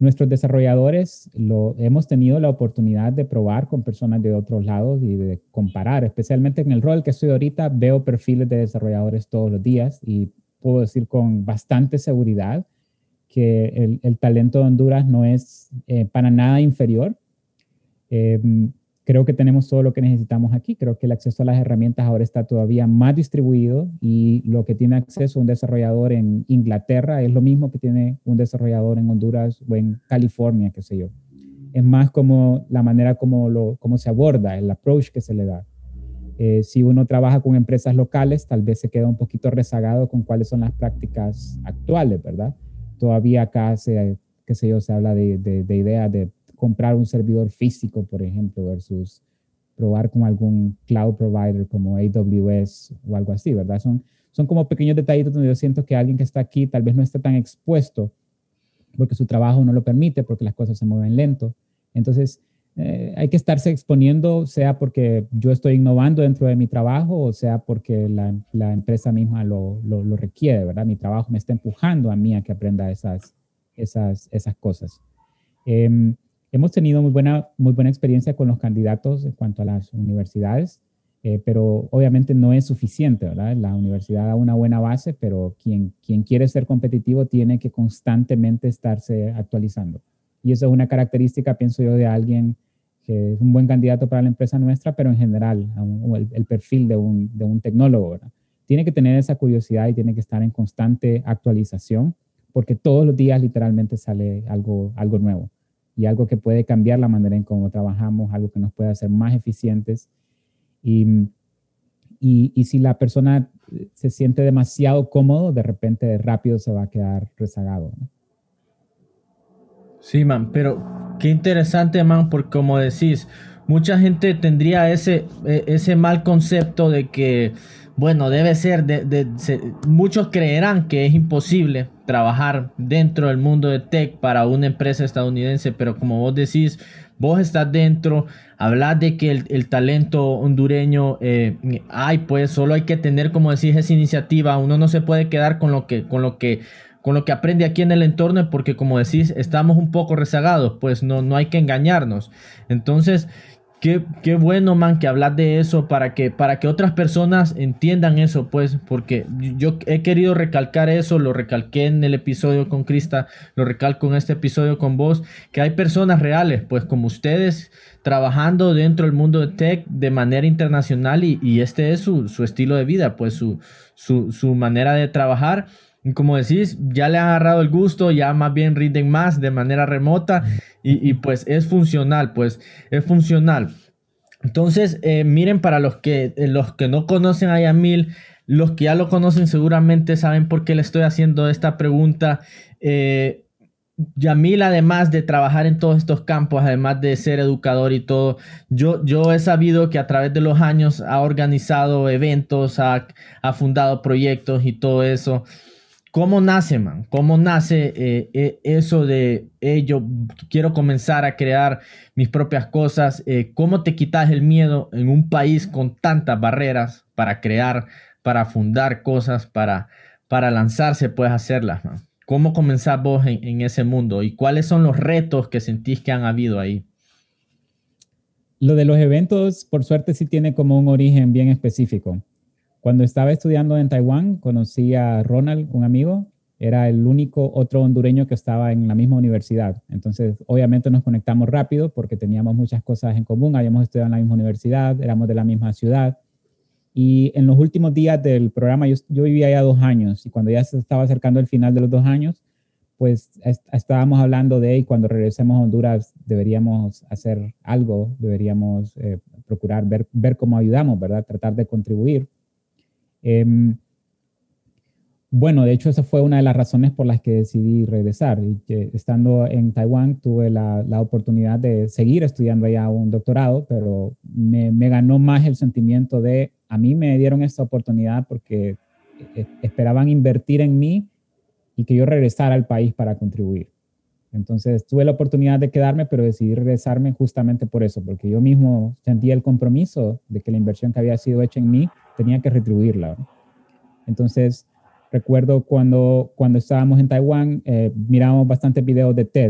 nuestros desarrolladores lo, hemos tenido la oportunidad de probar con personas de otros lados y de comparar, especialmente en el rol que estoy ahorita, veo perfiles de desarrolladores todos los días y puedo decir con bastante seguridad que el, el talento de Honduras no es eh, para nada inferior. Eh, creo que tenemos todo lo que necesitamos aquí. Creo que el acceso a las herramientas ahora está todavía más distribuido y lo que tiene acceso un desarrollador en Inglaterra es lo mismo que tiene un desarrollador en Honduras o en California, qué sé yo. Es más como la manera como, lo, como se aborda, el approach que se le da. Eh, si uno trabaja con empresas locales, tal vez se queda un poquito rezagado con cuáles son las prácticas actuales, ¿verdad? Todavía acá se, qué sé yo, se habla de, de, de ideas de comprar un servidor físico, por ejemplo, versus probar con algún cloud provider como A W S o algo así, ¿verdad? Son, son como pequeños detallitos donde yo siento que alguien que está aquí tal vez no está tan expuesto porque su trabajo no lo permite, porque las cosas se mueven lento. Entonces, eh, hay que estarse exponiendo, sea porque yo estoy innovando dentro de mi trabajo o sea porque la, la empresa misma lo, lo, lo requiere, ¿verdad? Mi trabajo me está empujando a mí a que aprenda esas, esas, esas cosas. Eh, Hemos tenido muy buena, muy buena experiencia con los candidatos en cuanto a las universidades, eh, pero obviamente no es suficiente, ¿verdad? La universidad da una buena base, pero quien, quien quiere ser competitivo tiene que constantemente estarse actualizando. Y eso es una característica, pienso yo, de alguien que es un buen candidato para la empresa nuestra, pero en general, un, el, el perfil de un, de un tecnólogo, ¿verdad? Tiene que tener esa curiosidad y tiene que estar en constante actualización, porque todos los días literalmente sale algo, algo nuevo. Y algo que puede cambiar la manera en cómo trabajamos, algo que nos puede hacer más eficientes. Y, y, y si la persona se siente demasiado cómodo, de repente rápido se va a quedar rezagado, ¿no? Sí, man, pero qué interesante, man, porque como decís, mucha gente tendría ese, ese mal concepto de que, bueno, debe ser, de, de, se, muchos creerán que es imposible trabajar dentro del mundo de tech para una empresa estadounidense, pero como vos decís, vos estás dentro, hablas de que el, el talento hondureño eh, hay, pues solo hay que tener, como decís, esa iniciativa. Uno no se puede quedar con lo que, con lo que con lo que aprende aquí en el entorno, porque como decís, estamos un poco rezagados, pues no, no hay que engañarnos. Entonces, qué, qué bueno, man, que hablas de eso para que, para que otras personas entiendan eso, pues, porque yo he querido recalcar eso, lo recalqué en el episodio con Krista, lo recalco en este episodio con vos, que hay personas reales, pues, como ustedes, trabajando dentro del mundo de tech de manera internacional y, y este es su, su estilo de vida, pues, su, su, su manera de trabajar. Y como decís, ya le han agarrado el gusto, ya más bien rinden más de manera remota y, y pues es funcional, pues es funcional. Entonces, eh, miren, para los que, eh, los que no conocen a Yamil, los que ya lo conocen seguramente saben por qué le estoy haciendo esta pregunta. Eh, Yamil, además de trabajar en todos estos campos, además de ser educador y todo, yo, yo he sabido que a través de los años ha organizado eventos, ha, ha fundado proyectos y todo eso. ¿Cómo nace, man? ¿Cómo nace eh, eh, eso de eh, yo quiero comenzar a crear mis propias cosas? Eh, ¿cómo te quitas el miedo en un país con tantas barreras para crear, para fundar cosas, para, para lanzarse, puedes hacerlas, man? ¿Cómo comenzás vos en, en ese mundo? ¿Y cuáles son los retos que sentís que han habido ahí? Lo de los eventos, por suerte, sí tiene como un origen bien específico. Cuando estaba estudiando en Taiwán, conocí a Ronald, un amigo. Era el único otro hondureño que estaba en la misma universidad. Entonces, obviamente nos conectamos rápido porque teníamos muchas cosas en común. Habíamos estudiado en la misma universidad, éramos de la misma ciudad. Y en los últimos días del programa, yo, yo vivía allá dos años. Y cuando ya se estaba acercando el final de los dos años, pues est estábamos hablando de, y cuando regresemos a Honduras, deberíamos hacer algo, deberíamos eh, procurar ver, ver cómo ayudamos, ¿verdad? Tratar de contribuir. Eh, bueno, de hecho, esa fue una de las razones por las que decidí regresar. Y que estando en Taiwán tuve la, la oportunidad de seguir estudiando allá un doctorado, pero me, me ganó más el sentimiento de, a mí me dieron esta oportunidad porque esperaban invertir en mí y que yo regresara al país para contribuir. Entonces tuve la oportunidad de quedarme, pero decidí regresarme justamente por eso, porque yo mismo sentía el compromiso de que la inversión que había sido hecha en mí tenía que retribuirla, ¿no? Entonces, recuerdo cuando, cuando estábamos en Taiwán, eh, mirábamos bastantes videos de TED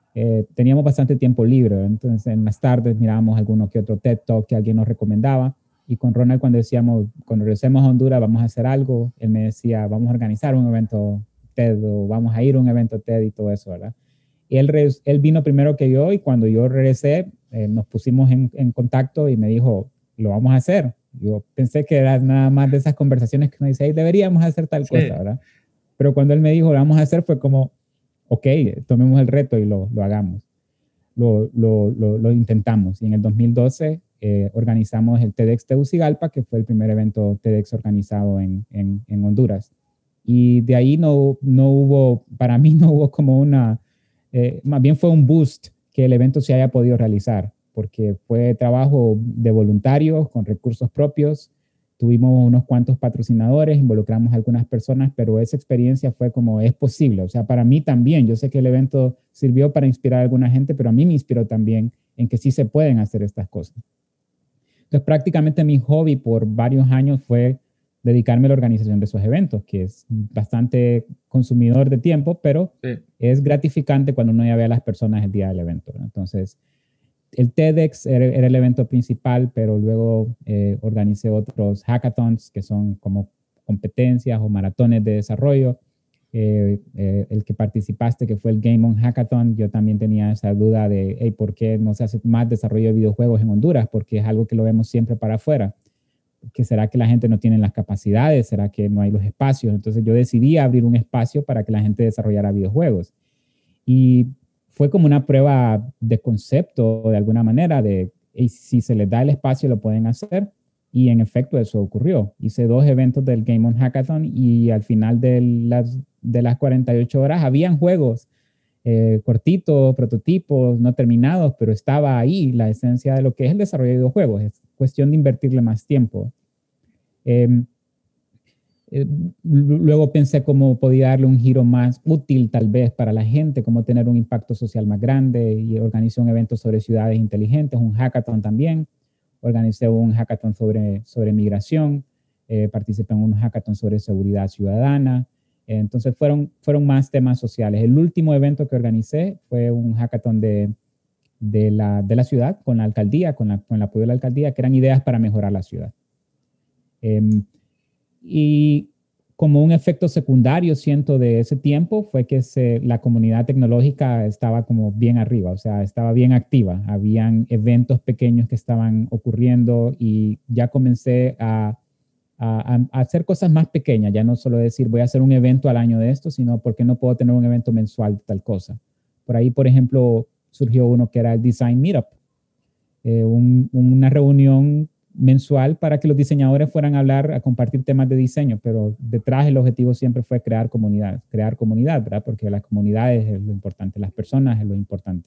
eh, teníamos bastante tiempo libre, entonces en las tardes mirábamos alguno que otro TED Talk que alguien nos recomendaba, y con Ronald cuando decíamos, cuando regresemos a Honduras vamos a hacer algo, él me decía, vamos a organizar un evento TED o vamos a ir a un evento TED y todo eso, ¿verdad? Y él, él vino primero que yo, y cuando yo regresé eh, nos pusimos en, en contacto y me dijo, lo vamos a hacer. Yo pensé que era nada más de esas conversaciones que uno dice, hey, deberíamos hacer tal sí. cosa, ¿verdad? Pero cuando él me dijo, lo vamos a hacer, fue como, ok, tomemos el reto y lo, lo hagamos. Lo, lo, lo, lo intentamos. Y en el dos mil doce eh, organizamos el TEDx Tegucigalpa, que fue el primer evento TEDx organizado en, en, en Honduras. Y de ahí no, no hubo, para mí no hubo como una, eh, más bien fue un boost que el evento se haya podido realizar, porque fue trabajo de voluntarios con recursos propios. Tuvimos unos cuantos patrocinadores, involucramos a algunas personas, pero esa experiencia fue como, es posible. O sea, para mí también, yo sé que el evento sirvió para inspirar a alguna gente, pero a mí me inspiró también en que sí se pueden hacer estas cosas. Entonces, prácticamente mi hobby por varios años fue dedicarme a la organización de esos eventos, que es bastante consumidor de tiempo, pero sí. es gratificante cuando uno ya ve a las personas el día del evento, ¿no? Entonces, el TEDx era, era el evento principal, pero luego eh, organicé otros hackathons que son como competencias o maratones de desarrollo. Eh, eh, el que participaste, que fue el Game On Hackathon, yo también tenía esa duda de, hey, ¿por qué no se hace más desarrollo de videojuegos en Honduras? Porque es algo que lo vemos siempre para afuera. ¿Que será que la gente no tiene las capacidades? ¿Será que no hay los espacios? Entonces yo decidí abrir un espacio para que la gente desarrollara videojuegos. Y fue como una prueba de concepto, de alguna manera, de hey, si se les da el espacio lo pueden hacer. Y en efecto eso ocurrió. Hice dos eventos del Game On Hackathon y al final de las, de las cuarenta y ocho horas habían juegos eh, cortitos, prototipos, no terminados, pero estaba ahí la esencia de lo que es el desarrollo de videojuegos. Es cuestión de invertirle más tiempo. Eh, eh, luego pensé cómo podía darle un giro más útil tal vez para la gente, cómo tener un impacto social más grande, y organizé un evento sobre ciudades inteligentes, un hackathon también. Organicé un hackathon sobre, sobre migración, eh, participé en un hackathon sobre seguridad ciudadana. Eh, entonces fueron, fueron más temas sociales. El último evento que organicé fue un hackathon de, de, la, de la ciudad con la alcaldía, con, la, con el apoyo de la alcaldía, que eran ideas para mejorar la ciudad. Eh, y como un efecto secundario, siento, de ese tiempo fue que se, la comunidad tecnológica estaba como bien arriba, o sea, estaba bien activa. Habían eventos pequeños que estaban ocurriendo y ya comencé a, a, a hacer cosas más pequeñas, ya no solo decir voy a hacer un evento al año de esto, sino por qué no puedo tener un evento mensual de tal cosa. Por ahí, por ejemplo, surgió uno que era el Design Meetup, eh, un, una reunión mensual para que los diseñadores fueran a hablar, a compartir temas de diseño, pero detrás el objetivo siempre fue crear comunidad, crear comunidad, ¿verdad? Porque las comunidades es lo importante, las personas es lo importante.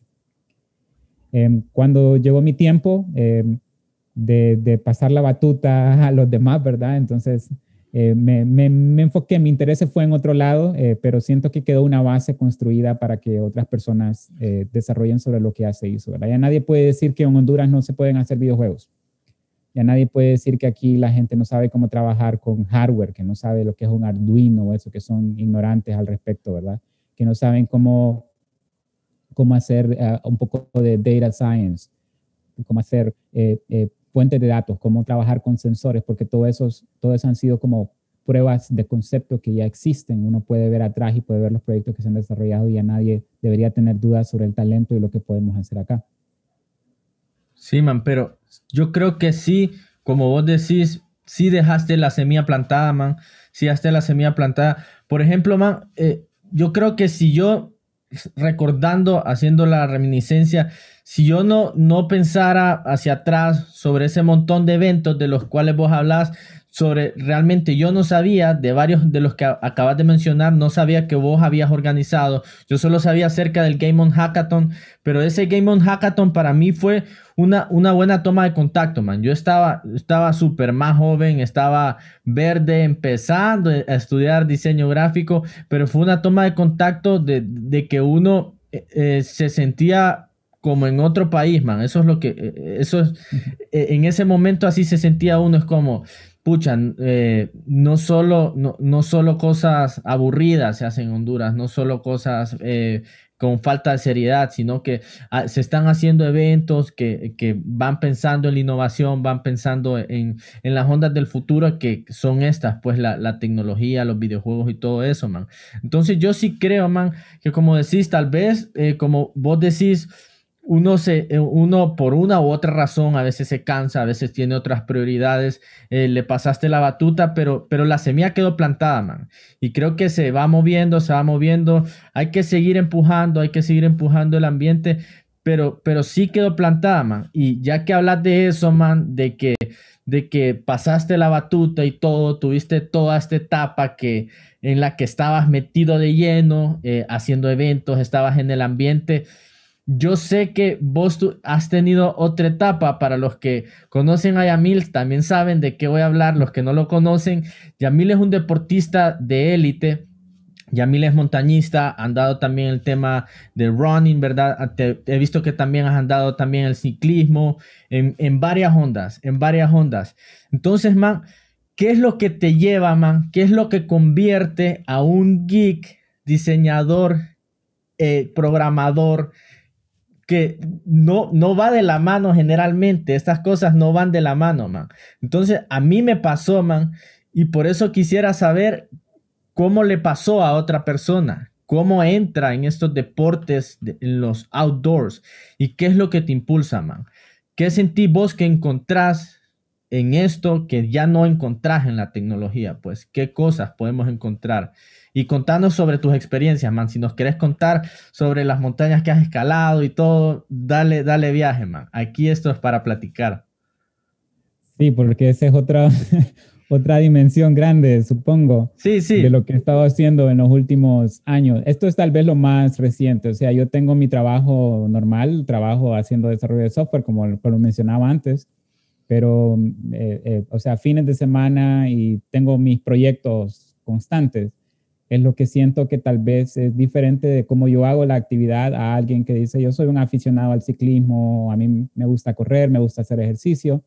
Eh, cuando llegó mi tiempo eh, de, de pasar la batuta a los demás, ¿verdad? Entonces eh, me, me, me enfoqué, mi interés fue en otro lado, eh, pero siento que quedó una base construida para que otras personas eh, desarrollen sobre lo que ya se hizo, ¿verdad? Ya nadie puede decir que en Honduras no se pueden hacer videojuegos. Ya nadie puede decir que aquí la gente no sabe cómo trabajar con hardware, que no sabe lo que es un Arduino o eso, que son ignorantes al respecto, ¿verdad? Que no saben cómo, cómo hacer uh, un poco de data science, cómo hacer eh, eh, fuentes de datos, cómo trabajar con sensores, porque todo esos, todo eso han sido como pruebas de concepto que ya existen. Uno puede ver atrás y puede ver los proyectos que se han desarrollado y ya nadie debería tener dudas sobre el talento y lo que podemos hacer acá. Sí, man, pero yo creo que sí, como vos decís, sí dejaste la semilla plantada, man. Sí dejaste la semilla plantada. Por ejemplo, man, eh, yo creo que si yo, recordando, haciendo la reminiscencia, si yo no, no pensara hacia atrás sobre ese montón de eventos de los cuales vos hablás, sobre realmente yo no sabía de varios de los que acabas de mencionar, no sabía que vos habías organizado. Yo solo sabía acerca del Game On Hackathon, pero ese Game On Hackathon para mí fue una, una buena toma de contacto, man. Yo estaba estaba súper más joven, estaba verde, empezando a estudiar diseño gráfico, pero fue una toma de contacto de, de que uno eh, se sentía como en otro país, man. Eso es lo que, eso es, en ese momento así se sentía uno, es como, pucha, eh, no, solo, no, no solo cosas aburridas se hacen en Honduras, no solo cosas eh, con falta de seriedad, sino que ah, se están haciendo eventos que, que van pensando en la innovación, van pensando en, en las ondas del futuro, que son estas, pues la, la tecnología, los videojuegos y todo eso, man. Entonces yo sí creo, man, que como decís, tal vez, eh, como vos decís, uno, se, eh, uno por una u otra razón a veces se cansa, a veces tiene otras prioridades, eh, le pasaste la batuta, pero, pero la semilla quedó plantada, man. Y creo que se va moviendo, se va moviendo. Hay que seguir empujando, hay que seguir empujando el ambiente, pero, pero sí quedó plantada, man. Y ya que hablas de eso, man, de que, de que pasaste la batuta y todo, tuviste toda esta etapa que, en la que estabas metido de lleno, eh, haciendo eventos, estabas en el ambiente. Yo sé que vos tú has tenido otra etapa. Para los que conocen a Yamil, también saben de qué voy a hablar. Los que no lo conocen, Yamil es un deportista de élite. Yamil es montañista, ha andado también el tema del running, ¿verdad? Te, he visto que también has andado también el ciclismo, en, en varias ondas, en varias ondas. Entonces, man, ¿qué es lo que te lleva, man? ¿Qué es lo que convierte a un geek, diseñador, eh, programador, que no, no va de la mano generalmente? Estas cosas no van de la mano, man. Entonces, a mí me pasó, man, y por eso quisiera saber cómo le pasó a otra persona, cómo entra en estos deportes, de, en los outdoors, y qué es lo que te impulsa, man. ¿Qué sentís vos que encontrás en esto que ya no encontrás en la tecnología? Pues, ¿qué cosas podemos encontrar? Y contanos sobre tus experiencias, man. Si nos querés contar sobre las montañas que has escalado y todo, dale, dale viaje, man. Aquí esto es para platicar. Sí, porque esa es otra, otra dimensión grande, supongo, sí, sí. de lo que he estado haciendo en los últimos años. Esto es tal vez lo más reciente. O sea, yo tengo mi trabajo normal, trabajo haciendo desarrollo de software, como, como lo mencionaba antes, pero, eh, eh, o sea, fines de semana y tengo mis proyectos constantes. Es lo que siento que tal vez es diferente de cómo yo hago la actividad a alguien que dice, yo soy un aficionado al ciclismo, a mí me gusta correr, me gusta hacer ejercicio.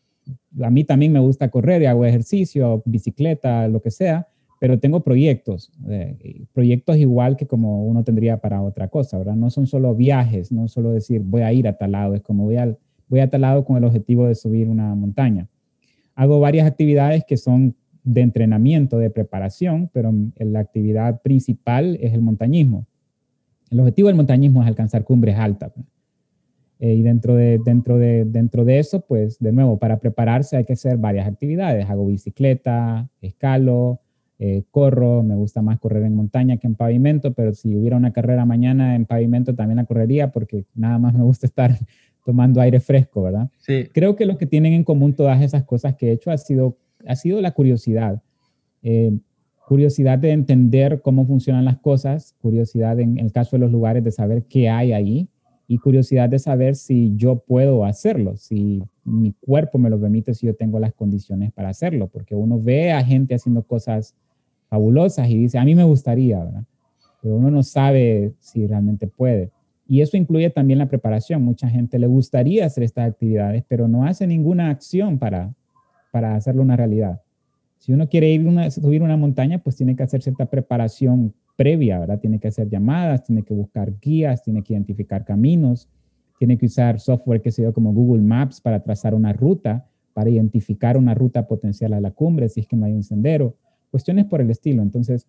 A mí también me gusta correr y hago ejercicio, bicicleta, lo que sea, pero tengo proyectos, eh, proyectos igual que como uno tendría para otra cosa, ¿verdad? No son solo viajes, no solo decir voy a ir a tal lado, es como voy a, voy a tal lado con el objetivo de subir una montaña. Hago varias actividades que son de entrenamiento, de preparación, pero la actividad principal es el montañismo. El objetivo del montañismo es alcanzar cumbres altas. Eh, y dentro de, dentro, de, dentro de eso, pues, de nuevo, para prepararse hay que hacer varias actividades. Hago bicicleta, escalo, eh, corro. Me gusta más correr en montaña que en pavimento, pero si hubiera una carrera mañana en pavimento también la correría porque nada más me gusta estar tomando aire fresco, ¿verdad? Sí. Creo que lo que tienen en común todas esas cosas que he hecho ha sido, ha sido la curiosidad. Eh, curiosidad de entender cómo funcionan las cosas, curiosidad en el caso de los lugares de saber qué hay ahí, y curiosidad de saber si yo puedo hacerlo, si mi cuerpo me lo permite, si yo tengo las condiciones para hacerlo, porque uno ve a gente haciendo cosas fabulosas y dice, a mí me gustaría, ¿verdad? Pero uno no sabe si realmente puede. Y eso incluye también la preparación. Mucha gente le gustaría hacer estas actividades, pero no hace ninguna acción para, para hacerlo una realidad. Si uno quiere ir a subir una montaña, pues tiene que hacer cierta preparación previa, ¿verdad? Tiene que hacer llamadas, tiene que buscar guías, tiene que identificar caminos, tiene que usar software que se llama como Google Maps para trazar una ruta, para identificar una ruta potencial a la cumbre, si es que no hay un sendero, cuestiones por el estilo. Entonces,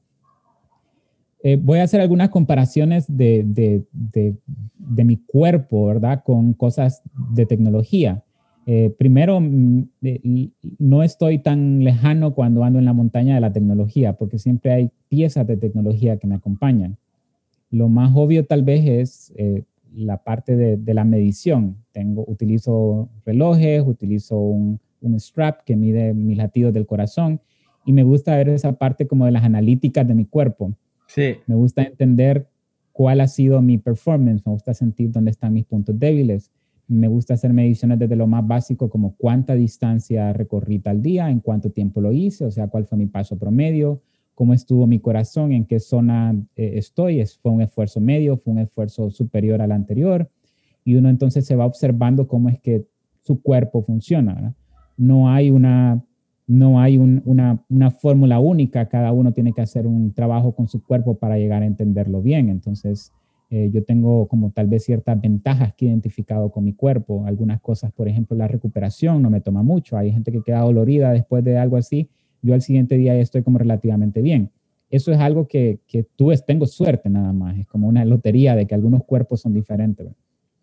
eh, voy a hacer algunas comparaciones de, de, de, de mi cuerpo, ¿verdad? Con cosas de tecnología. Eh, primero, eh, no estoy tan lejano cuando ando en la montaña de la tecnología, porque siempre hay piezas de tecnología que me acompañan. Lo más obvio tal vez es eh, la parte de, de la medición. Tengo, utilizo relojes, utilizo un, un strap que mide mis latidos del corazón y me gusta ver esa parte como de las analíticas de mi cuerpo. Sí. Me gusta entender cuál ha sido mi performance, me gusta sentir dónde están mis puntos débiles. Me gusta hacer mediciones desde lo más básico, como cuánta distancia recorrí tal día, en cuánto tiempo lo hice, o sea, cuál fue mi paso promedio, cómo estuvo mi corazón, en qué zona eh, estoy, es, fue un esfuerzo medio, fue un esfuerzo superior al anterior, y uno entonces se va observando cómo es que su cuerpo funciona, ¿verdad? No hay una, no hay un, una, una fórmula única, cada uno tiene que hacer un trabajo con su cuerpo para llegar a entenderlo bien. Entonces, Eh, yo tengo como tal vez ciertas ventajas que he identificado con mi cuerpo. Algunas cosas, por ejemplo, la recuperación no me toma mucho. Hay gente que queda dolorida después de algo así. Yo al siguiente día ya estoy como relativamente bien. Eso es algo que, que tú es, tengo suerte nada más. Es como una lotería de que algunos cuerpos son diferentes, ¿verdad?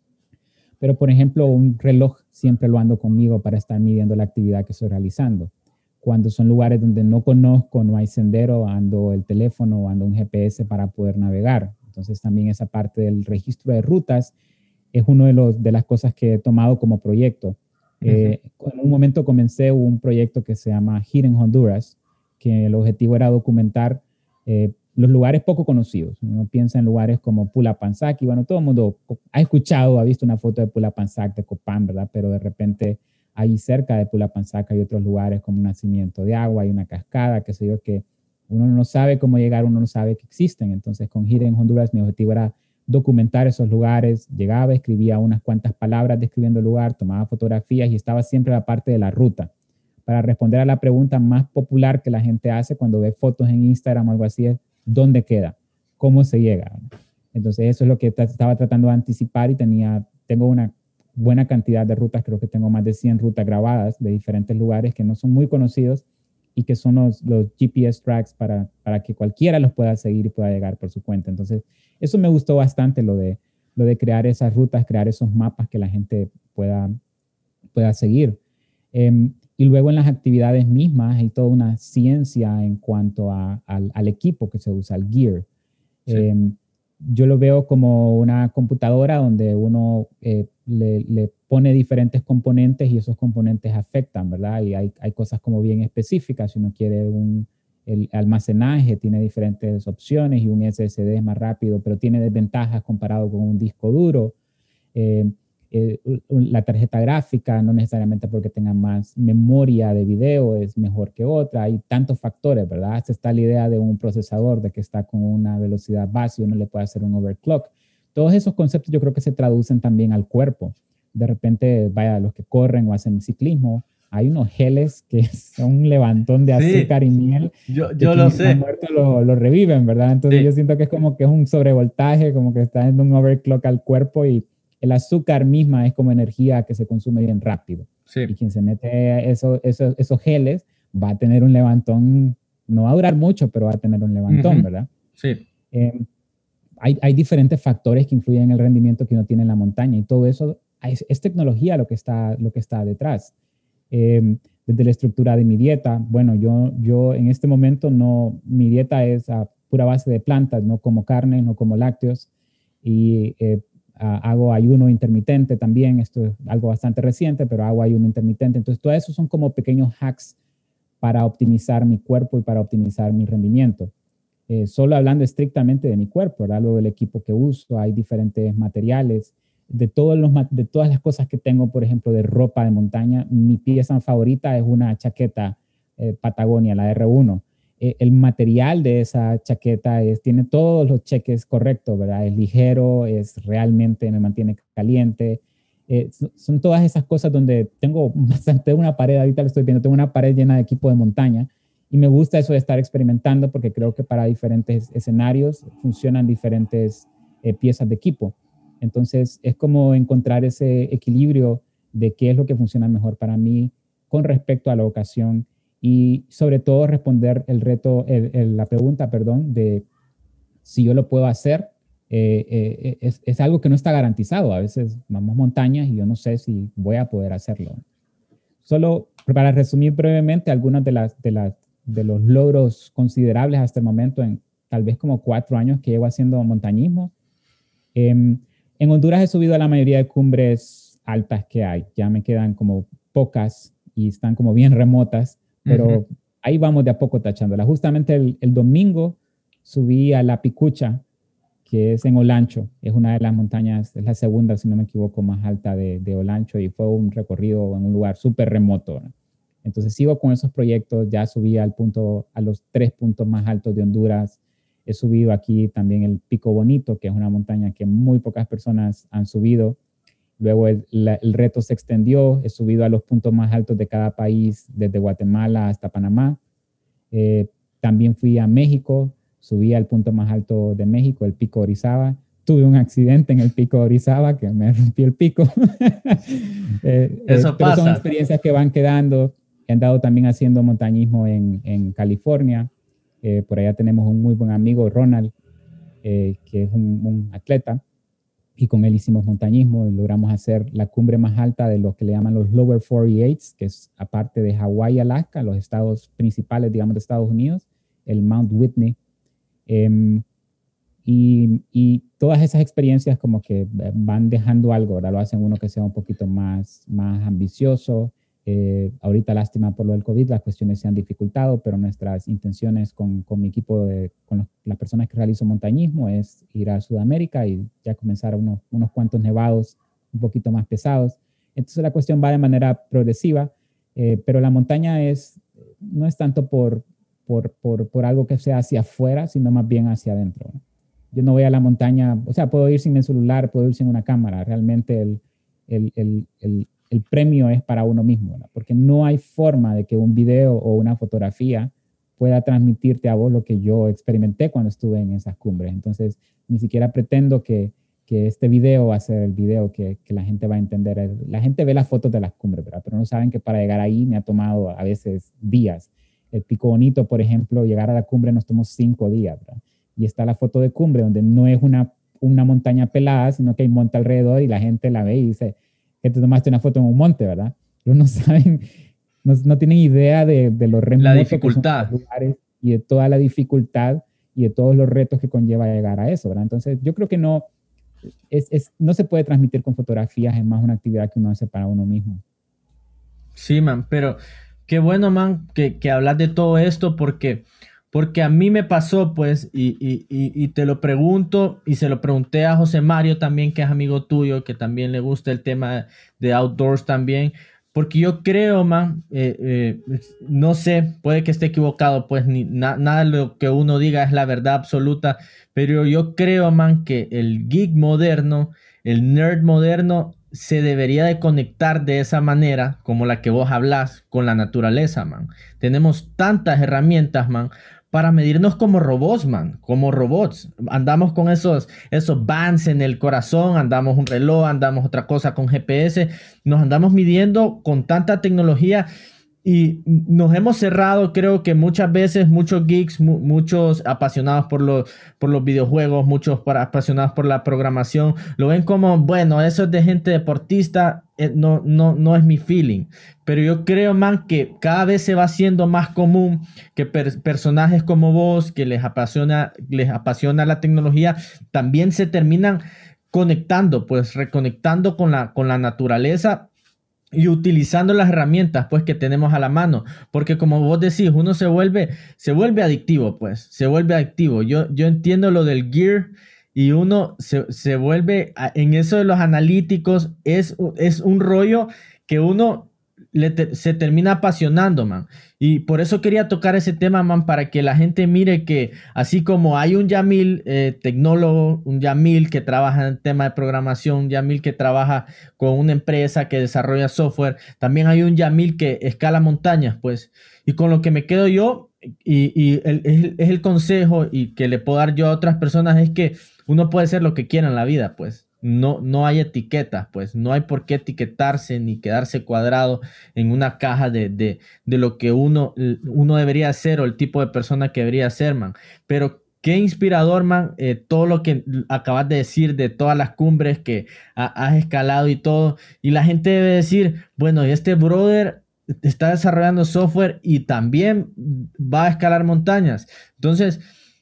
Pero, por ejemplo, un reloj siempre lo ando conmigo para estar midiendo la actividad que estoy realizando. Cuando son lugares donde no conozco, no hay sendero, ando el teléfono o ando un G P S para poder navegar. Entonces, también esa parte del registro de rutas es una de, los, de las cosas que he tomado como proyecto. Eh, uh-huh. En un momento comencé un proyecto que se llama Hidden Honduras, que el objetivo era documentar eh, los lugares poco conocidos. Uno piensa en lugares como Pulapanzac, y bueno, todo el mundo ha escuchado, ha visto una foto de Pulapanzac, de Copán, ¿verdad? Pero de repente ahí cerca de Pulapanzac hay otros lugares como un nacimiento de agua, hay una cascada, qué sé yo, que uno no sabe cómo llegar, uno no sabe que existen. Entonces, con Hidden Honduras, mi objetivo era documentar esos lugares. Llegaba, escribía unas cuantas palabras describiendo el lugar, tomaba fotografías y estaba siempre a la parte de la ruta. Para responder a la pregunta más popular que la gente hace cuando ve fotos en Instagram o algo así es, ¿dónde queda? ¿Cómo se llega? Entonces, eso es lo que estaba tratando de anticipar y tenía, tengo una buena cantidad de rutas, creo que tengo más de cien rutas grabadas de diferentes lugares que no son muy conocidos y que son los, los G P S tracks para, para que cualquiera los pueda seguir y pueda llegar por su cuenta. Entonces, eso me gustó bastante, lo de, lo de crear esas rutas, crear esos mapas que la gente pueda, pueda seguir. Eh, y luego en las actividades mismas hay toda una ciencia en cuanto a, al, al equipo que se usa, el gear. Sí. Eh, yo lo veo como una computadora donde uno eh, le, le pone diferentes componentes y esos componentes afectan, ¿verdad? Y hay, hay cosas como bien específicas. Si uno quiere un el almacenaje, tiene diferentes opciones y un S S D es más rápido, pero tiene desventajas comparado con un disco duro. Eh, eh, la tarjeta gráfica, no necesariamente porque tenga más memoria de video, es mejor que otra. Hay tantos factores, ¿verdad? Hasta está la idea de un procesador, de que está con una velocidad base y uno le puede hacer un overclock. Todos esos conceptos yo creo que se traducen también al cuerpo. De repente, vaya, los que corren o hacen ciclismo, hay unos geles que son un levantón de azúcar sí, y miel. Yo, yo lo sé. Muerto lo, lo reviven, ¿verdad? Entonces sí. Yo siento que es como que es un sobrevoltaje, como que está dando un overclock al cuerpo y el azúcar misma es como energía que se consume bien rápido. Sí. Y quien se mete eso, eso, esos geles va a tener un levantón, no va a durar mucho, pero va a tener un levantón, uh-huh. ¿verdad? Sí. Eh, hay, hay diferentes factores que influyen en el rendimiento que uno tiene en la montaña y todo eso es, es tecnología lo que está, lo que está detrás. Eh, desde la estructura de mi dieta, bueno, yo, yo en este momento no, mi dieta es a pura base de plantas, no como carne, no como lácteos y eh, hago ayuno intermitente también, esto es algo bastante reciente, pero hago ayuno intermitente. Entonces, todo eso son como pequeños hacks para optimizar mi cuerpo y para optimizar mi rendimiento. Eh, solo hablando estrictamente de mi cuerpo, ¿verdad? Luego el equipo que uso, hay diferentes materiales. De, todos los, de todas las cosas que tengo, por ejemplo, de ropa de montaña, mi pieza favorita es una chaqueta eh, Patagonia, la R uno. Eh, el material de esa chaqueta es, tiene todos los cheques correctos, ¿verdad? Es ligero, es realmente me mantiene caliente. Eh, son todas esas cosas donde tengo bastante una pared, ahorita lo estoy viendo, tengo una pared llena de equipo de montaña y me gusta eso de estar experimentando porque creo que para diferentes escenarios funcionan diferentes eh, piezas de equipo. Entonces, es como encontrar ese equilibrio de qué es lo que funciona mejor para mí con respecto a la ocasión y sobre todo responder el reto, el, el, la pregunta, perdón, de si yo lo puedo hacer. Eh, eh, es, es algo que no está garantizado. A veces vamos montañas y yo no sé si voy a poder hacerlo. Solo para resumir brevemente algunos de, las, de, las, de los logros considerables hasta el momento en tal vez como cuatro años que llevo haciendo montañismo. Eh, En Honduras he subido a la mayoría de cumbres altas que hay. Ya me quedan como pocas y están como bien remotas, pero uh-huh. ahí vamos de a poco tachándolas. Justamente el, el domingo subí a La Picucha, que es en Olancho. Es una de las montañas, es la segunda, si no me equivoco, más alta de, de Olancho y fue un recorrido en un lugar súper remoto, ¿no? Entonces sigo con esos proyectos. Ya subí al punto, a los tres puntos más altos de Honduras. He subido aquí también el Pico Bonito, que es una montaña que muy pocas personas han subido. Luego el, la, el reto se extendió. He subido a los puntos más altos de cada país, desde Guatemala hasta Panamá. Eh, también fui a México, subí al punto más alto de México, el Pico Orizaba. tuve un accidente en el pico de Orizaba que me rompí el pico. eh, Eso eh, pero pasa. son experiencias que van quedando. He andado también haciendo montañismo en, en California. Eh, por allá tenemos un muy buen amigo, Ronald, eh, que es un, un atleta, y con él hicimos montañismo y logramos hacer la cumbre más alta de lo que le llaman los Lower cuarenta y ocho, que es aparte de Hawái y Alaska, los estados principales, digamos, de Estados Unidos, el Mount Whitney. Eh, y, y todas esas experiencias como que van dejando algo, ¿verdad? Lo hacen uno que sea un poquito más, más ambicioso. Eh, ahorita, lástima por lo del COVID, las cuestiones se han dificultado, pero nuestras intenciones con, con mi equipo, de, con los, las personas que realizan montañismo, es ir a Sudamérica y ya comenzar unos, unos cuantos nevados un poquito más pesados. Entonces la cuestión va de manera progresiva, eh, pero la montaña es, no es tanto por, por, por, por algo que sea hacia afuera, sino más bien hacia adentro, ¿no? Yo no voy a la montaña, o sea, puedo ir sin el celular, puedo ir sin una cámara. Realmente el, el, el, el, el premio es para uno mismo, ¿no? Porque no hay forma de que un video o una fotografía pueda transmitirte a vos lo que yo experimenté cuando estuve en esas cumbres. Entonces, ni siquiera pretendo que, que este video va a ser el video que, que la gente va a entender. La gente ve las fotos de las cumbres, ¿verdad? Pero no saben que para llegar ahí me ha tomado a veces días. El Pico Bonito, por ejemplo, llegar a la cumbre nos tomó cinco días, ¿verdad? Y está la foto de cumbre, donde no es una, una montaña pelada, sino que hay monte alrededor y la gente la ve y dice que te tomaste una foto en un monte, ¿verdad? Pero no saben, no, no tienen idea de, de lo remoto La dificultad. que son los lugares y de toda la dificultad y de todos los retos que conlleva llegar a eso, ¿verdad? Entonces, yo creo que no, es, es, no se puede transmitir con fotografías, es más una actividad que uno hace para uno mismo. Sí, man, pero qué bueno, man, que, que hablas de todo esto porque... Porque a mí me pasó, pues, y, y, y, y te lo pregunto, y se lo pregunté a José Mario también, que es amigo tuyo, que también le gusta el tema de outdoors también, porque yo creo, man, eh, eh, no sé, puede que esté equivocado, pues, ni na, nada de lo que uno diga es la verdad absoluta, pero yo creo, man, que el geek moderno, el nerd moderno, se debería de conectar de esa manera, como la que vos hablas, con la naturaleza, man. Tenemos tantas herramientas, man, para medirnos como robots, man, como robots. Andamos con esos, esos bands en el corazón, andamos un reloj, andamos otra cosa con G P S, nos andamos midiendo con tanta tecnología y nos hemos cerrado, creo que muchas veces, muchos geeks, mu muchos apasionados por los, por los videojuegos, muchos por, apasionados por la programación, lo ven como, bueno, eso es de gente deportista, eh, no, no, no es mi feeling. Pero yo creo, man, que cada vez se va haciendo más común que per personajes como vos, que les apasiona, les apasiona la tecnología, también se terminan conectando, pues reconectando con la, con la naturaleza y utilizando las herramientas, pues, que tenemos a la mano. Porque como vos decís, uno se vuelve, se vuelve adictivo, pues, se vuelve adictivo. Yo, yo entiendo lo del gear y uno se, se vuelve, en eso de los analíticos, es, es un rollo que uno le te, se termina apasionando, man. Y por eso quería tocar ese tema, man, para que la gente mire que así como hay un Yamil eh, tecnólogo, un Yamil que trabaja en tema de programación, un Yamil que trabaja con una empresa que desarrolla software, también hay un Yamil que escala montañas, pues. Y con lo que me quedo yo, y, y el, es, es el consejo y que le puedo dar yo a otras personas, es que uno puede ser lo que quiera en la vida, pues. No, no hay etiquetas, pues no hay por qué etiquetarse ni quedarse cuadrado en una caja de, de, de lo que uno, uno debería ser o el tipo de persona que debería ser, man. Pero qué inspirador, man, eh, todo lo que acabas de decir de todas las cumbres que ha, has escalado y todo. Y la gente debe decir, bueno, este brother está desarrollando software y también va a escalar montañas. Entonces,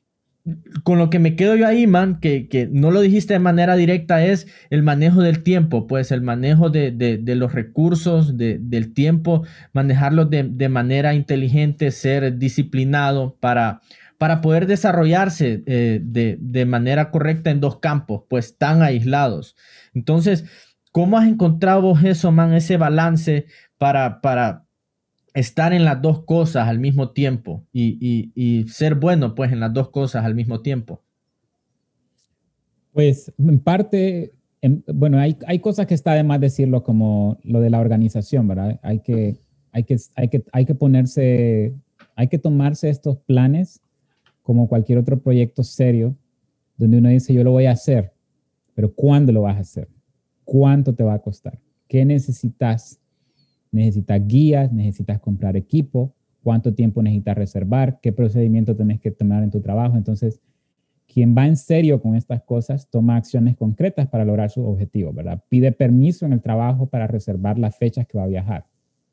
con lo que me quedo yo ahí, man, que, que no lo dijiste de manera directa, es el manejo del tiempo, pues el manejo de, de, de los recursos, de, del tiempo, manejarlos de, de manera inteligente, ser disciplinado para, para poder desarrollarse eh, de, de manera correcta en dos campos, pues tan aislados. Entonces, ¿cómo has encontrado vos eso, man, ese balance para... para estar en las dos cosas al mismo tiempo y, y, y ser bueno, pues, en las dos cosas al mismo tiempo? Pues, en parte, en, bueno, hay, hay cosas que está de más decirlo, como lo de la organización, ¿verdad? Hay que, hay que, hay que, hay que ponerse, hay que tomarse estos planes como cualquier otro proyecto serio, donde uno dice, yo lo voy a hacer, pero ¿cuándo lo vas a hacer? ¿Cuánto te va a costar? ¿Qué necesitas? ¿Necesitas guías? ¿Necesitas comprar equipo? ¿Cuánto tiempo necesitas reservar? ¿Qué procedimiento tenés que tomar en tu trabajo? Entonces, quien va en serio con estas cosas toma acciones concretas para lograr sus objetivos, ¿verdad? Pide permiso en el trabajo para reservar las fechas que va a viajar.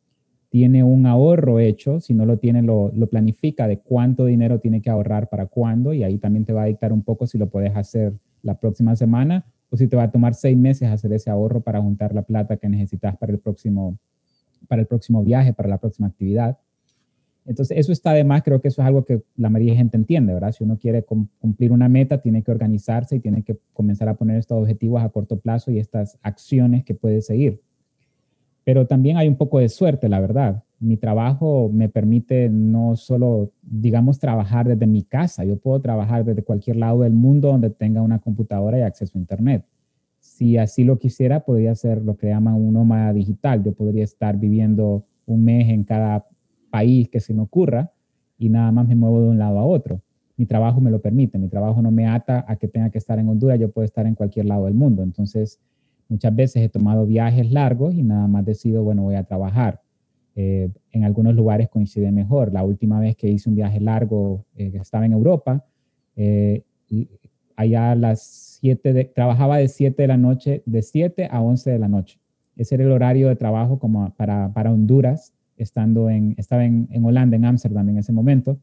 Tiene un ahorro hecho, si no lo tiene, lo, lo planifica de cuánto dinero tiene que ahorrar para cuándo, y ahí también te va a dictar un poco si lo puedes hacer la próxima semana o si te va a tomar seis meses hacer ese ahorro para juntar la plata que necesitas para el próximo, para el próximo viaje, para la próxima actividad. Entonces, eso está de más. Creo que eso es algo que la mayoría de gente entiende, ¿verdad? Si uno quiere cumplir una meta, tiene que organizarse y tiene que comenzar a poner estos objetivos a corto plazo y estas acciones que puede seguir. Pero también hay un poco de suerte, la verdad. Mi trabajo me permite no solo, digamos, trabajar desde mi casa. Yo puedo trabajar desde cualquier lado del mundo donde tenga una computadora y acceso a Internet. Si así lo quisiera, podría ser lo que llaman un nómada digital. Yo podría estar viviendo un mes en cada país que se me ocurra y nada más me muevo de un lado a otro. Mi trabajo me lo permite. Mi trabajo no me ata a que tenga que estar en Honduras. Yo puedo estar en cualquier lado del mundo. Entonces, muchas veces he tomado viajes largos y nada más decido, bueno, voy a trabajar. Eh, en algunos lugares coincide mejor. La última vez que hice un viaje largo, eh, estaba en Europa, eh, y allá a las siete, de, trabajaba de siete de la noche, de siete a once de la noche. Ese era el horario de trabajo como para, para Honduras, estando en, estaba en, en Holanda, en Ámsterdam en ese momento,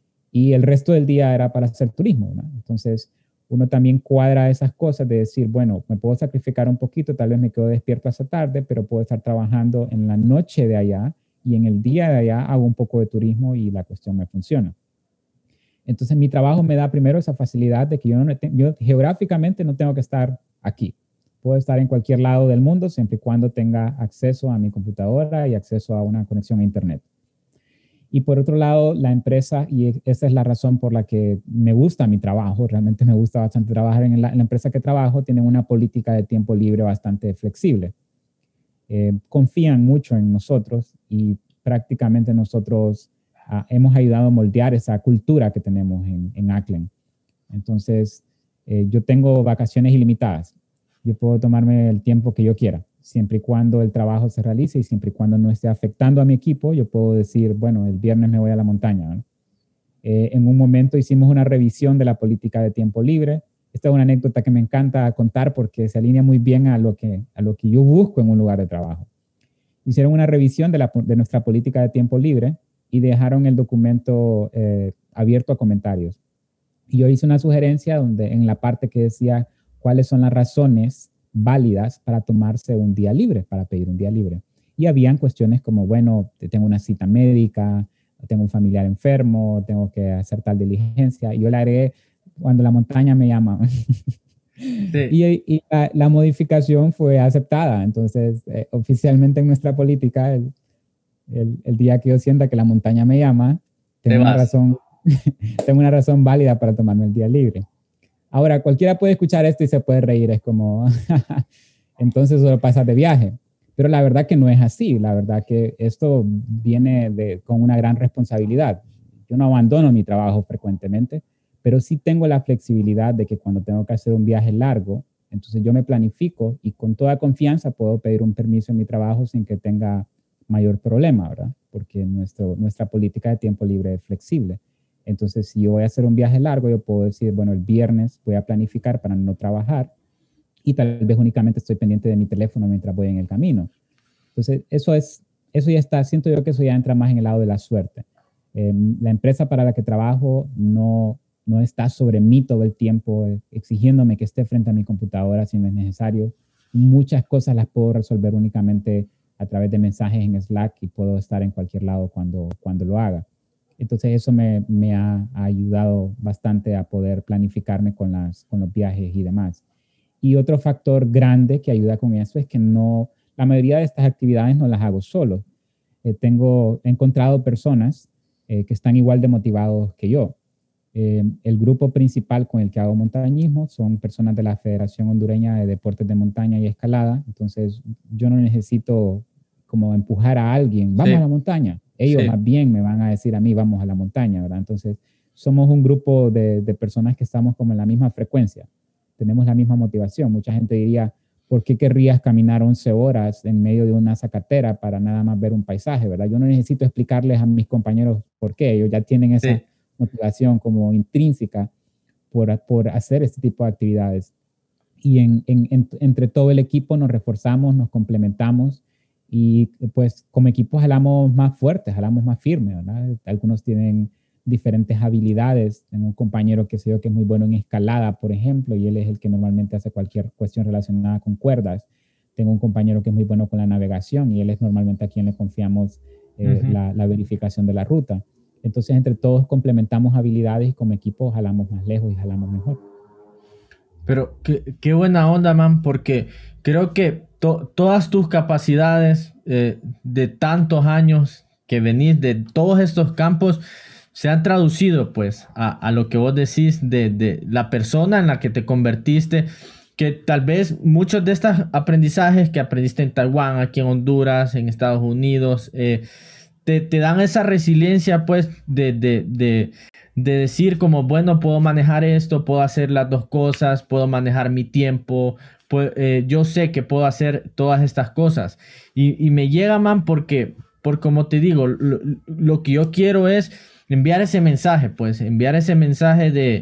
y el resto del día era para hacer turismo, ¿no? Entonces, uno también cuadra esas cosas de decir, bueno, me puedo sacrificar un poquito, tal vez me quedo despierto hasta tarde, pero puedo estar trabajando en la noche de allá y en el día de allá hago un poco de turismo y la cuestión me funciona. Entonces, mi trabajo me da primero esa facilidad de que yo, no te, yo geográficamente no tengo que estar aquí. Puedo estar en cualquier lado del mundo siempre y cuando tenga acceso a mi computadora y acceso a una conexión a Internet. Y por otro lado, la empresa, y esa es la razón por la que me gusta mi trabajo, realmente me gusta bastante trabajar en la, en la empresa que trabajo, tienen una política de tiempo libre bastante flexible. Eh, confían mucho en nosotros y prácticamente nosotros uh, hemos ayudado a moldear esa cultura que tenemos en, en Acklen. Entonces, eh, yo tengo vacaciones ilimitadas. Yo puedo tomarme el tiempo que yo quiera, siempre y cuando el trabajo se realice y siempre y cuando no esté afectando a mi equipo. Yo puedo decir, bueno, el viernes me voy a la montaña, ¿no? Eh, en un momento hicimos una revisión de la política de tiempo libre. Esta es una anécdota que me encanta contar porque se alinea muy bien a lo que, a lo que yo busco en un lugar de trabajo. Hicieron una revisión de, la, de nuestra política de tiempo libre y dejaron el documento eh, abierto a comentarios. Y yo hice una sugerencia donde en la parte que decía cuáles son las razones válidas para tomarse un día libre, para pedir un día libre. Y habían cuestiones como, bueno, tengo una cita médica, tengo un familiar enfermo, tengo que hacer tal diligencia. Y yo le agregué, cuando la montaña me llama. Sí. Y, y la, la modificación fue aceptada. Entonces, eh, oficialmente en nuestra política, el, el, el día que yo sienta que la montaña me llama, tengo una, razón, tengo una razón válida para tomarme el día libre. Ahora, cualquiera puede escuchar esto y se puede reír, es como, entonces solo pasas de viaje. Pero la verdad que no es así, la verdad que esto viene de, con una gran responsabilidad. Yo no abandono mi trabajo frecuentemente, pero sí tengo la flexibilidad de que cuando tengo que hacer un viaje largo, entonces yo me planifico y con toda confianza puedo pedir un permiso en mi trabajo sin que tenga mayor problema, ¿verdad? Porque nuestro, nuestra política de tiempo libre es flexible. Entonces, si yo voy a hacer un viaje largo, yo puedo decir, bueno, el viernes voy a planificar para no trabajar y tal vez únicamente estoy pendiente de mi teléfono mientras voy en el camino. Entonces, eso, es, eso ya está, siento yo que eso ya entra más en el lado de la suerte. Eh, la empresa para la que trabajo no, no está sobre mí todo el tiempo, eh, exigiéndome que esté frente a mi computadora si no es necesario. Muchas cosas las puedo resolver únicamente a través de mensajes en Slack y puedo estar en cualquier lado cuando, cuando lo haga. Entonces eso me, me ha, ha ayudado bastante a poder planificarme con, las, con los viajes y demás. Y otro factor grande que ayuda con eso es que no, la mayoría de estas actividades no las hago solo. Eh, tengo, he encontrado personas eh, que están igual de motivados que yo. Eh, el grupo principal con el que hago montañismo son personas de la Federación Hondureña de Deportes de Montaña y Escalada. Entonces yo no necesito como empujar a alguien, vamos sí. a la montaña. Ellos sí. más bien me van a decir a mí, vamos a la montaña, ¿verdad? Entonces, somos un grupo de, de personas que estamos como en la misma frecuencia. tenemos la misma motivación. Mucha gente diría, ¿por qué querrías caminar once horas en medio de una zacatera para nada más ver un paisaje, verdad? Yo no necesito explicarles a mis compañeros por qué. Ellos ya tienen esa Sí. motivación como intrínseca por, por hacer este tipo de actividades. Y en, en, en, entre todo el equipo nos reforzamos, nos complementamos y pues como equipo jalamos más fuertes, jalamos más firmes, ¿verdad? Algunos tienen diferentes habilidades. Tengo un compañero que sé yo que es muy bueno en escalada, por ejemplo, y él es el que normalmente hace cualquier cuestión relacionada con cuerdas. Tengo un compañero que es muy bueno con la navegación y él es normalmente a quien le confiamos eh, uh-huh. la, la verificación de la ruta. Entonces, entre todos complementamos habilidades y como equipo jalamos más lejos y jalamos mejor. Pero qué, qué buena onda, man, porque creo que to, todas tus capacidades eh, de tantos años que venís de todos estos campos se han traducido pues a, a lo que vos decís de, de la persona en la que te convertiste, que tal vez muchos de estos aprendizajes que aprendiste en Taiwán, aquí en Honduras, en Estados Unidos, eh, te, te dan esa resiliencia pues de, de, de, de decir como, bueno, puedo manejar esto, puedo hacer las dos cosas, puedo manejar mi tiempo, pues, eh, yo sé que puedo hacer todas estas cosas. Y, y me llega, man, porque, porque como te digo, lo, lo que yo quiero es enviar ese mensaje, pues, enviar ese mensaje de,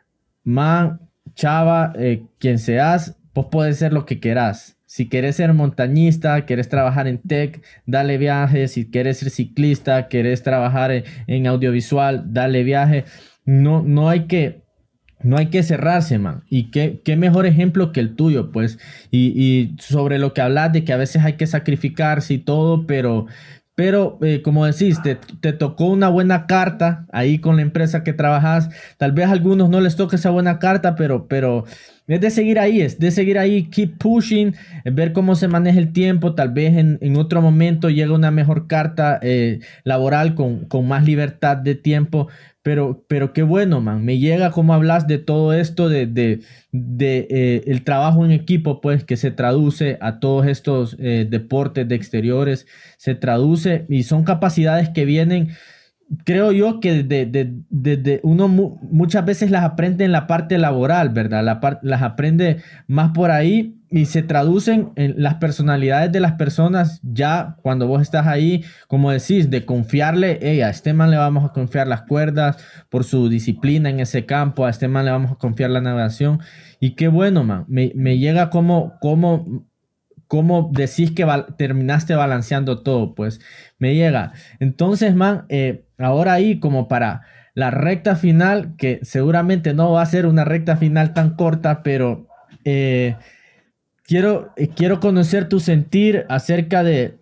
man, chava, eh, quien seas, vos podés ser lo que querás. Si querés ser montañista, querés trabajar en tech, dale viaje. Si querés ser ciclista, querés trabajar en, en audiovisual, dale viaje. No, no hay que... No hay que cerrarse, man. Y qué, qué mejor ejemplo que el tuyo, pues. Y, y sobre lo que hablas de que a veces hay que sacrificarse y todo, pero... Pero, eh, como decís, te, te tocó una buena carta ahí con la empresa que trabajas. Tal vez a algunos no les toque esa buena carta, pero, pero es de seguir ahí, es de seguir ahí, keep pushing, ver cómo se maneja el tiempo. Tal vez en, en otro momento llega una mejor carta eh, laboral con, con más libertad de tiempo. Pero, pero qué bueno, man. Me llega como hablas de todo esto, de, de, de eh, el trabajo en equipo, pues, que se traduce a todos estos eh, deportes de exteriores, se traduce y son capacidades que vienen, creo yo, que de, de, de, de uno mu muchas veces las aprende en la parte laboral, ¿verdad? La par las aprende más por ahí y se traducen en las personalidades de las personas ya cuando vos estás ahí, como decís, de confiarle, hey, a este man le vamos a confiar las cuerdas por su disciplina en ese campo, a este man le vamos a confiar la navegación. Y qué bueno, man, me, me llega como, como, como decís que terminaste balanceando todo, pues me llega. Entonces, man, eh, ahora ahí como para la recta final, que seguramente no va a ser una recta final tan corta, pero... Eh, Quiero, eh, quiero conocer tu sentir acerca de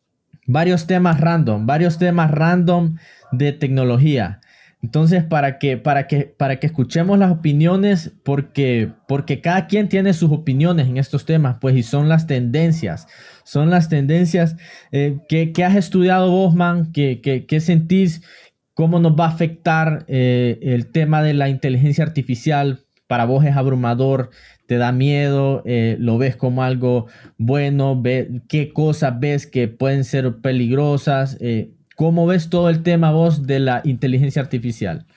varios temas random, varios temas random de tecnología. Entonces, para que, para que, para que escuchemos las opiniones, porque, porque cada quien tiene sus opiniones en estos temas, pues, y son las tendencias, son las tendencias eh, que, que has estudiado vos, man, que, que, que sentís, cómo nos va a afectar eh, el tema de la inteligencia artificial. Para vos es abrumador, te da miedo, eh, lo ves como algo bueno, ve, qué cosas ves que pueden ser peligrosas, eh, ¿cómo ves todo el tema vos de la inteligencia artificial?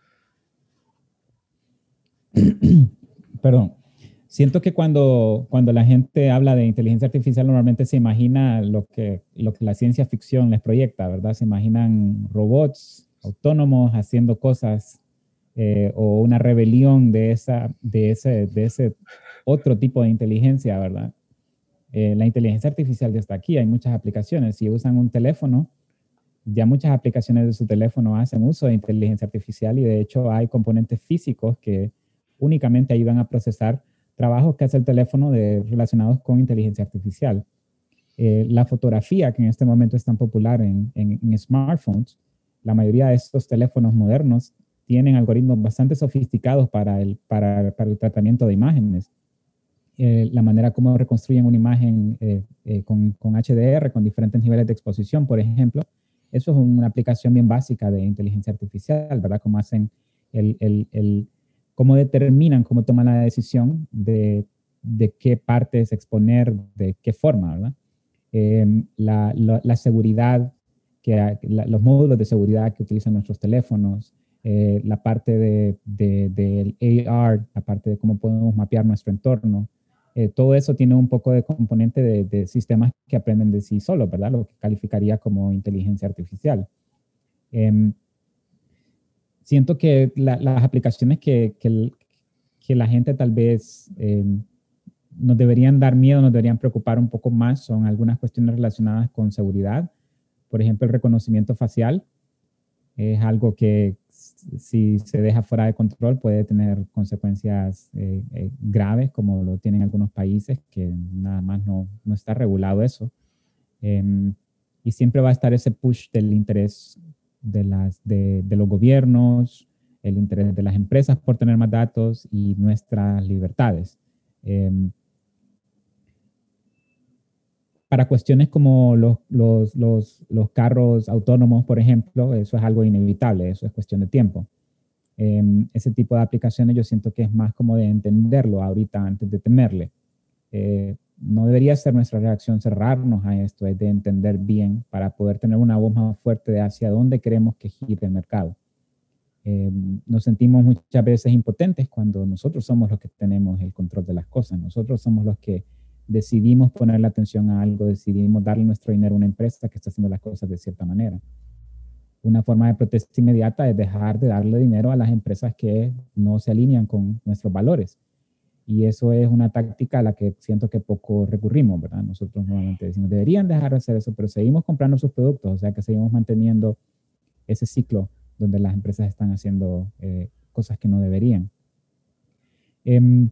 Perdón. Siento que cuando, cuando la gente habla de inteligencia artificial normalmente se imagina lo que, lo que la ciencia ficción les proyecta, ¿verdad? Se imaginan robots autónomos haciendo cosas eh, o una rebelión de, esa, de, ese, de ese otro tipo de inteligencia, ¿verdad? Eh, la inteligencia artificial ya está aquí, hay muchas aplicaciones. Si usan un teléfono, ya muchas aplicaciones de su teléfono hacen uso de inteligencia artificial y de hecho hay componentes físicos que únicamente ayudan a procesar trabajos que hace el teléfono de, relacionados con inteligencia artificial. Eh, la fotografía, que en este momento es tan popular en, en, en smartphones, la mayoría de estos teléfonos modernos tienen algoritmos bastante sofisticados para el, para, para el tratamiento de imágenes. Eh, la manera como reconstruyen una imagen eh, eh, con, con H D R, con diferentes niveles de exposición, por ejemplo, eso es una aplicación bien básica de inteligencia artificial, ¿verdad? Cómo hacen el, el, el cómo determinan, cómo toman la decisión de, de qué partes exponer, de qué forma, ¿verdad? Eh, la, la, la seguridad, que, la, los módulos de seguridad que utilizan nuestros teléfonos, eh, la parte de, de, del A R, la parte de cómo podemos mapear nuestro entorno. Eh, todo eso tiene un poco de componente de, de sistemas que aprenden de sí solos, ¿verdad? Lo que calificaría como inteligencia artificial. Eh, siento que la, las aplicaciones que, que, que, la gente tal vez eh, nos deberían dar miedo, nos deberían preocupar un poco más son algunas cuestiones relacionadas con seguridad. Por ejemplo, el reconocimiento facial es algo que si se deja fuera de control puede tener consecuencias eh, eh, graves, como lo tienen algunos países, que nada más no, no está regulado eso. Eh, y siempre va a estar ese push del interés de, las, de, de los gobiernos, el interés de las empresas por tener más datos y nuestras libertades. Eh, para cuestiones como los, los, los, los carros autónomos, por ejemplo, eso es algo inevitable, eso es cuestión de tiempo. Eh, ese tipo de aplicaciones yo siento que es más como de entenderlo ahorita antes de temerle. Eh, no debería ser nuestra reacción cerrarnos a esto, es de entender bien para poder tener una voz más fuerte de hacia dónde queremos que gire el mercado. Eh, nos sentimos muchas veces impotentes cuando nosotros somos los que tenemos el control de las cosas. Nosotros somos los que decidimos ponerle atención a algo, decidimos darle nuestro dinero a una empresa que está haciendo las cosas de cierta manera. Una forma de protesta inmediata es dejar de darle dinero a las empresas que no se alinean con nuestros valores. Y eso es una táctica a la que siento que poco recurrimos, ¿verdad? Nosotros normalmente decimos, deberían dejar de hacer eso, pero seguimos comprando sus productos, o sea que seguimos manteniendo ese ciclo donde las empresas están haciendo eh, cosas que no deberían. Eh,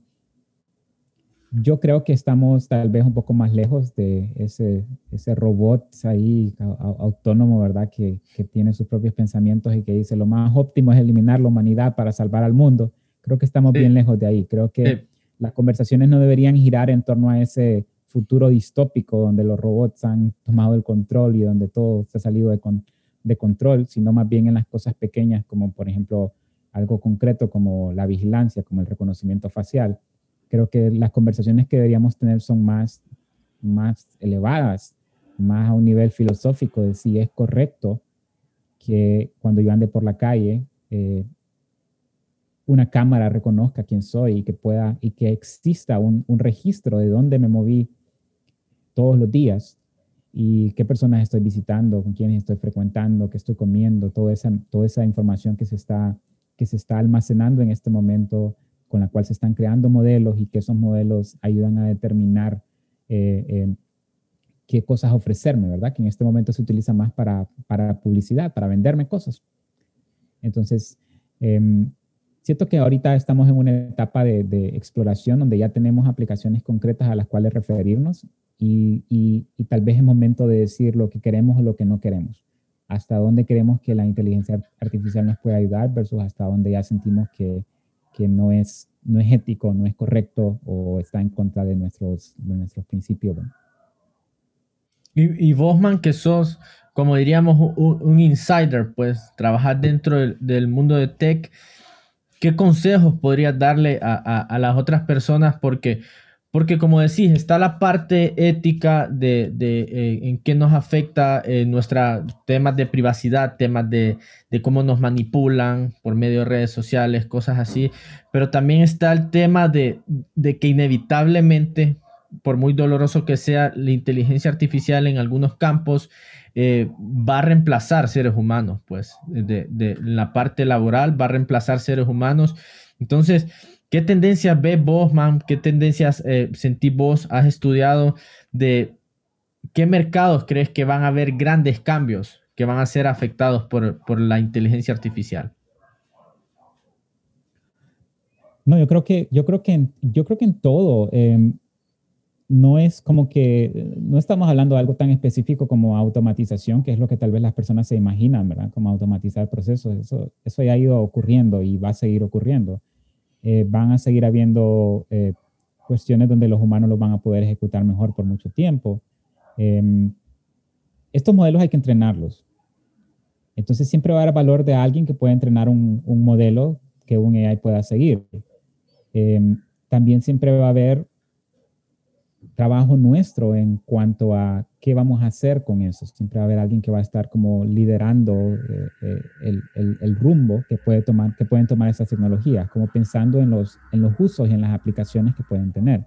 yo creo que estamos tal vez un poco más lejos de ese, ese robot ahí autónomo, ¿verdad? Que, que tiene sus propios pensamientos y que dice lo más óptimo es eliminar la humanidad para salvar al mundo. Creo que estamos sí. bien lejos de ahí. Creo que sí. las conversaciones no deberían girar en torno a ese futuro distópico donde los robots han tomado el control y donde todo se ha salido de, con, de control, sino más bien en las cosas pequeñas como, por ejemplo, algo concreto como la vigilancia, como el reconocimiento facial. Creo que las conversaciones que deberíamos tener son más, más elevadas, más a un nivel filosófico de si es correcto que cuando yo ande por la calle, eh, una cámara reconozca quién soy y que pueda, y que exista un, un registro de dónde me moví todos los días y qué personas estoy visitando, con quiénes estoy frecuentando, qué estoy comiendo, toda esa, toda esa información que se está, que se está almacenando en este momento, con la cual se están creando modelos y que esos modelos ayudan a determinar eh, eh, qué cosas ofrecerme, ¿verdad? Que en este momento se utiliza más para, para publicidad, para venderme cosas. Entonces, eh, siento que ahorita estamos en una etapa de, de exploración donde ya tenemos aplicaciones concretas a las cuales referirnos y, y, y tal vez es momento de decir lo que queremos o lo que no queremos. Hasta dónde queremos que la inteligencia artificial nos pueda ayudar versus hasta dónde ya sentimos que que no es, no es ético, no es correcto o está en contra de nuestros, de nuestros principios. ¿no? Y, y vos, man, que sos, como diríamos, un, un insider, pues, trabajar dentro del, del mundo de tech, ¿qué consejos podrías darle a, a, a las otras personas? Porque, porque, como decís, está la parte ética de, de eh, en qué nos afecta eh, nuestra temas de privacidad, temas de, de cómo nos manipulan por medio de redes sociales, cosas así. Pero también está el tema de, de que inevitablemente, por muy doloroso que sea, la inteligencia artificial en algunos campos eh, va a reemplazar seres humanos, pues, de, de la parte laboral va a reemplazar seres humanos. Entonces, ¿qué tendencias ves vos, man? ¿Qué tendencias eh, sentís vos? ¿Has estudiado de qué mercados crees que van a haber grandes cambios que van a ser afectados por, por la inteligencia artificial? No, yo creo que, yo creo que, en, yo creo que en todo. Eh, no es como que, no estamos hablando de algo tan específico como automatización, que es lo que tal vez las personas se imaginan, ¿verdad? Como automatizar procesos. Eso, eso ya ha ido ocurriendo y va a seguir ocurriendo. Eh, van a seguir habiendo eh, cuestiones donde los humanos los van a poder ejecutar mejor por mucho tiempo. Eh, estos modelos hay que entrenarlos. Entonces siempre va a haber valor de alguien que pueda entrenar un, un modelo que un A I pueda seguir. Eh, también siempre va a haber trabajo nuestro en cuanto a qué vamos a hacer con eso. Siempre va a haber alguien que va a estar como liderando eh, eh, el, el, el rumbo que, puede tomar, que pueden tomar esas tecnologías, como pensando en los, en los usos y en las aplicaciones que pueden tener.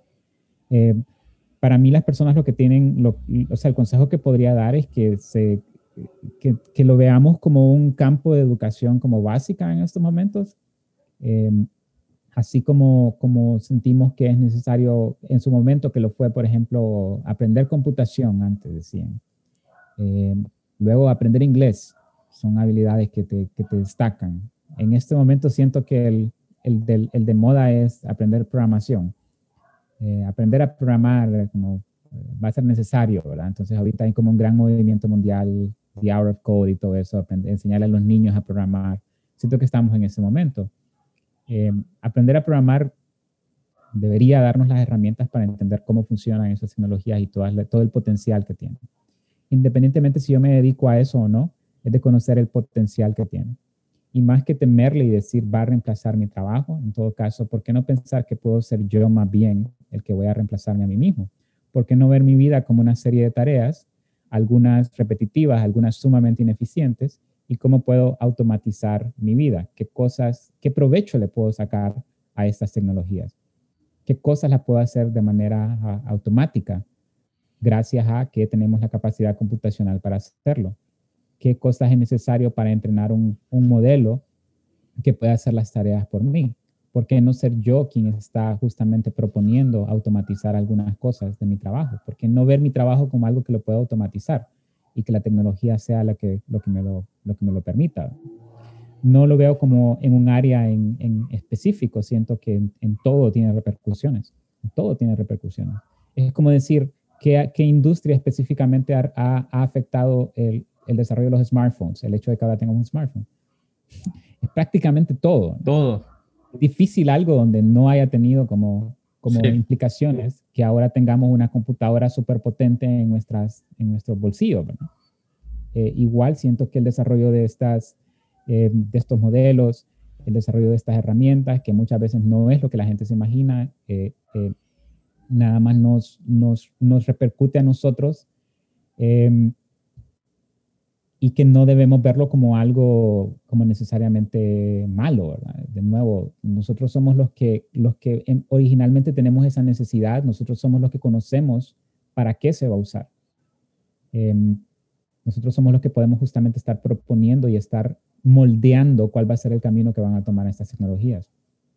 Eh, para mí las personas lo que tienen, lo, o sea, el consejo que podría dar es que, se, que, que lo veamos como un campo de educación como básica en estos momentos. Eh, Así como, como sentimos que es necesario en su momento, que lo fue, por ejemplo, aprender computación, antes decían. Eh, Luego aprender inglés, son habilidades que te, que te destacan. En este momento siento que el, el, del, el de moda es aprender programación. Eh, aprender a programar como, va a ser necesario, ¿verdad? Entonces ahorita hay como un gran movimiento mundial, the hour of code y todo eso, aprender, enseñarle a los niños a programar. Siento que estamos en ese momento. Eh, aprender a programar debería darnos las herramientas para entender cómo funcionan esas tecnologías y todas, todo el potencial que tienen. Independientemente si yo me dedico a eso o no, es de conocer el potencial que tiene. Y más que temerle y decir va a reemplazar mi trabajo, en todo caso, ¿por qué no pensar que puedo ser yo más bien el que voy a reemplazarme a mí mismo? ¿Por qué no ver mi vida como una serie de tareas, algunas repetitivas, algunas sumamente ineficientes, y cómo puedo automatizar mi vida? ¿Qué cosas, qué provecho le puedo sacar a estas tecnologías? ¿Qué cosas las puedo hacer de manera uh, automática gracias a que tenemos la capacidad computacional para hacerlo? ¿Qué cosas es necesario para entrenar un, un modelo que pueda hacer las tareas por mí? ¿Por qué no ser yo quien está justamente proponiendo automatizar algunas cosas de mi trabajo? ¿Por qué no ver mi trabajo como algo que lo puedo automatizar y que la tecnología sea la que, lo, que me lo, lo que me lo permita? No lo veo como en un área en, en específico. Siento que en, en todo tiene repercusiones. En todo tiene repercusiones. Es como decir, ¿qué, qué industria específicamente ha, ha afectado el, el desarrollo de los smartphones? El hecho de que ahora tengamos un smartphone. Es prácticamente todo. Todo. Es difícil algo donde no haya tenido como, como sí. implicaciones que ahora tengamos una computadora súper potente en, nuestras, en nuestros bolsillos, ¿verdad? Eh, igual siento que el desarrollo de, estas, eh, de estos modelos, el desarrollo de estas herramientas, que muchas veces no es lo que la gente se imagina, eh, eh, nada más nos, nos, nos repercute a nosotros, eh, y que no debemos verlo como algo como necesariamente malo, ¿verdad? De nuevo, nosotros somos los que, los que originalmente tenemos esa necesidad, nosotros somos los que conocemos para qué se va a usar. Eh, nosotros somos los que podemos justamente estar proponiendo y estar moldeando cuál va a ser el camino que van a tomar estas tecnologías.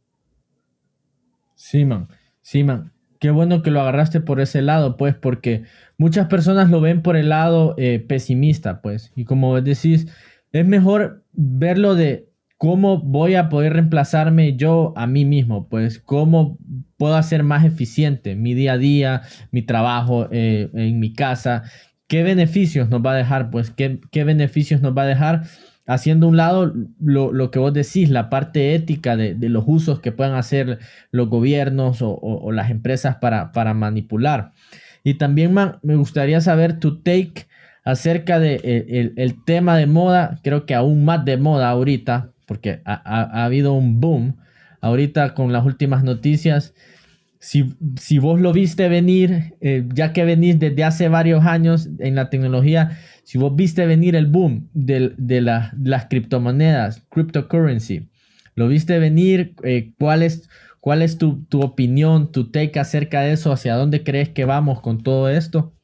Sí, man. Sí, man. Qué bueno que lo agarraste por ese lado, pues, porque muchas personas lo ven por el lado eh, pesimista, pues. Y como decís, es mejor verlo de cómo voy a poder reemplazarme yo a mí mismo, pues, cómo puedo hacer más eficiente mi día a día, mi trabajo eh, en mi casa. ¿Qué beneficios nos va a dejar? Pues, ¿qué, qué beneficios nos va a dejar? Haciendo a un lado lo, lo que vos decís, la parte ética de, de los usos que puedan hacer los gobiernos o, o, o las empresas para, para manipular. Y también, man, me gustaría saber tu take acerca del de el, el tema de moda, creo que aún más de moda ahorita, porque ha, ha, ha habido un boom ahorita con las últimas noticias. Si, si vos lo viste venir, eh, ya que venís desde hace varios años en la tecnología, si vos viste venir el boom de, de la, las criptomonedas, cryptocurrency, ¿lo viste venir? Eh, ¿cuál es, cuál es tu, tu opinión, tu take acerca de eso? ¿Hacia dónde crees que vamos con todo esto?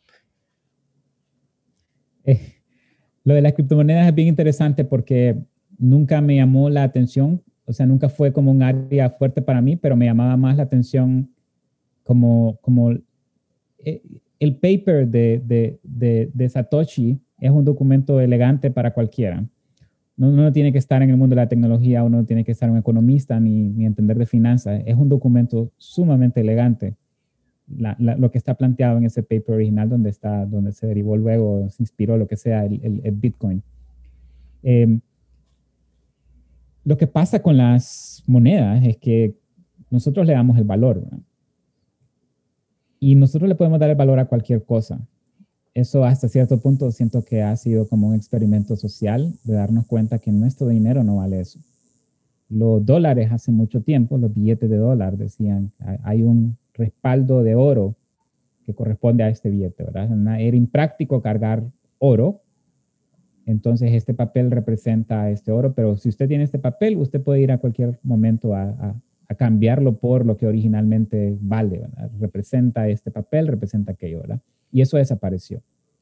Eh, lo de las criptomonedas es bien interesante porque nunca me llamó la atención, o sea, nunca fue como un área fuerte para mí, pero me llamaba más la atención como, como eh, el paper de, de, de, de Satoshi es un documento elegante para cualquiera. No, uno no tiene que estar en el mundo de la tecnología, uno no tiene que ser un economista ni, ni entender de finanzas. Es un documento sumamente elegante. La, la, lo que está planteado en ese paper original, donde, está, donde se derivó luego, se inspiró lo que sea, el, el, el Bitcoin. Eh, lo que pasa con las monedas es que nosotros le damos el valor, ¿verdad? Y nosotros le podemos dar el valor a cualquier cosa. Eso hasta cierto punto siento que ha sido como un experimento social de darnos cuenta que nuestro dinero no vale eso. Los dólares hace mucho tiempo, los billetes de dólar decían, hay un respaldo de oro que corresponde a este billete, ¿verdad? Era impráctico cargar oro, entonces este papel representa este oro, pero si usted tiene este papel, usted puede ir a cualquier momento a, a, a cambiarlo por lo que originalmente vale, ¿verdad? Representa este papel, representa aquello, ¿verdad? Y eso desapareció.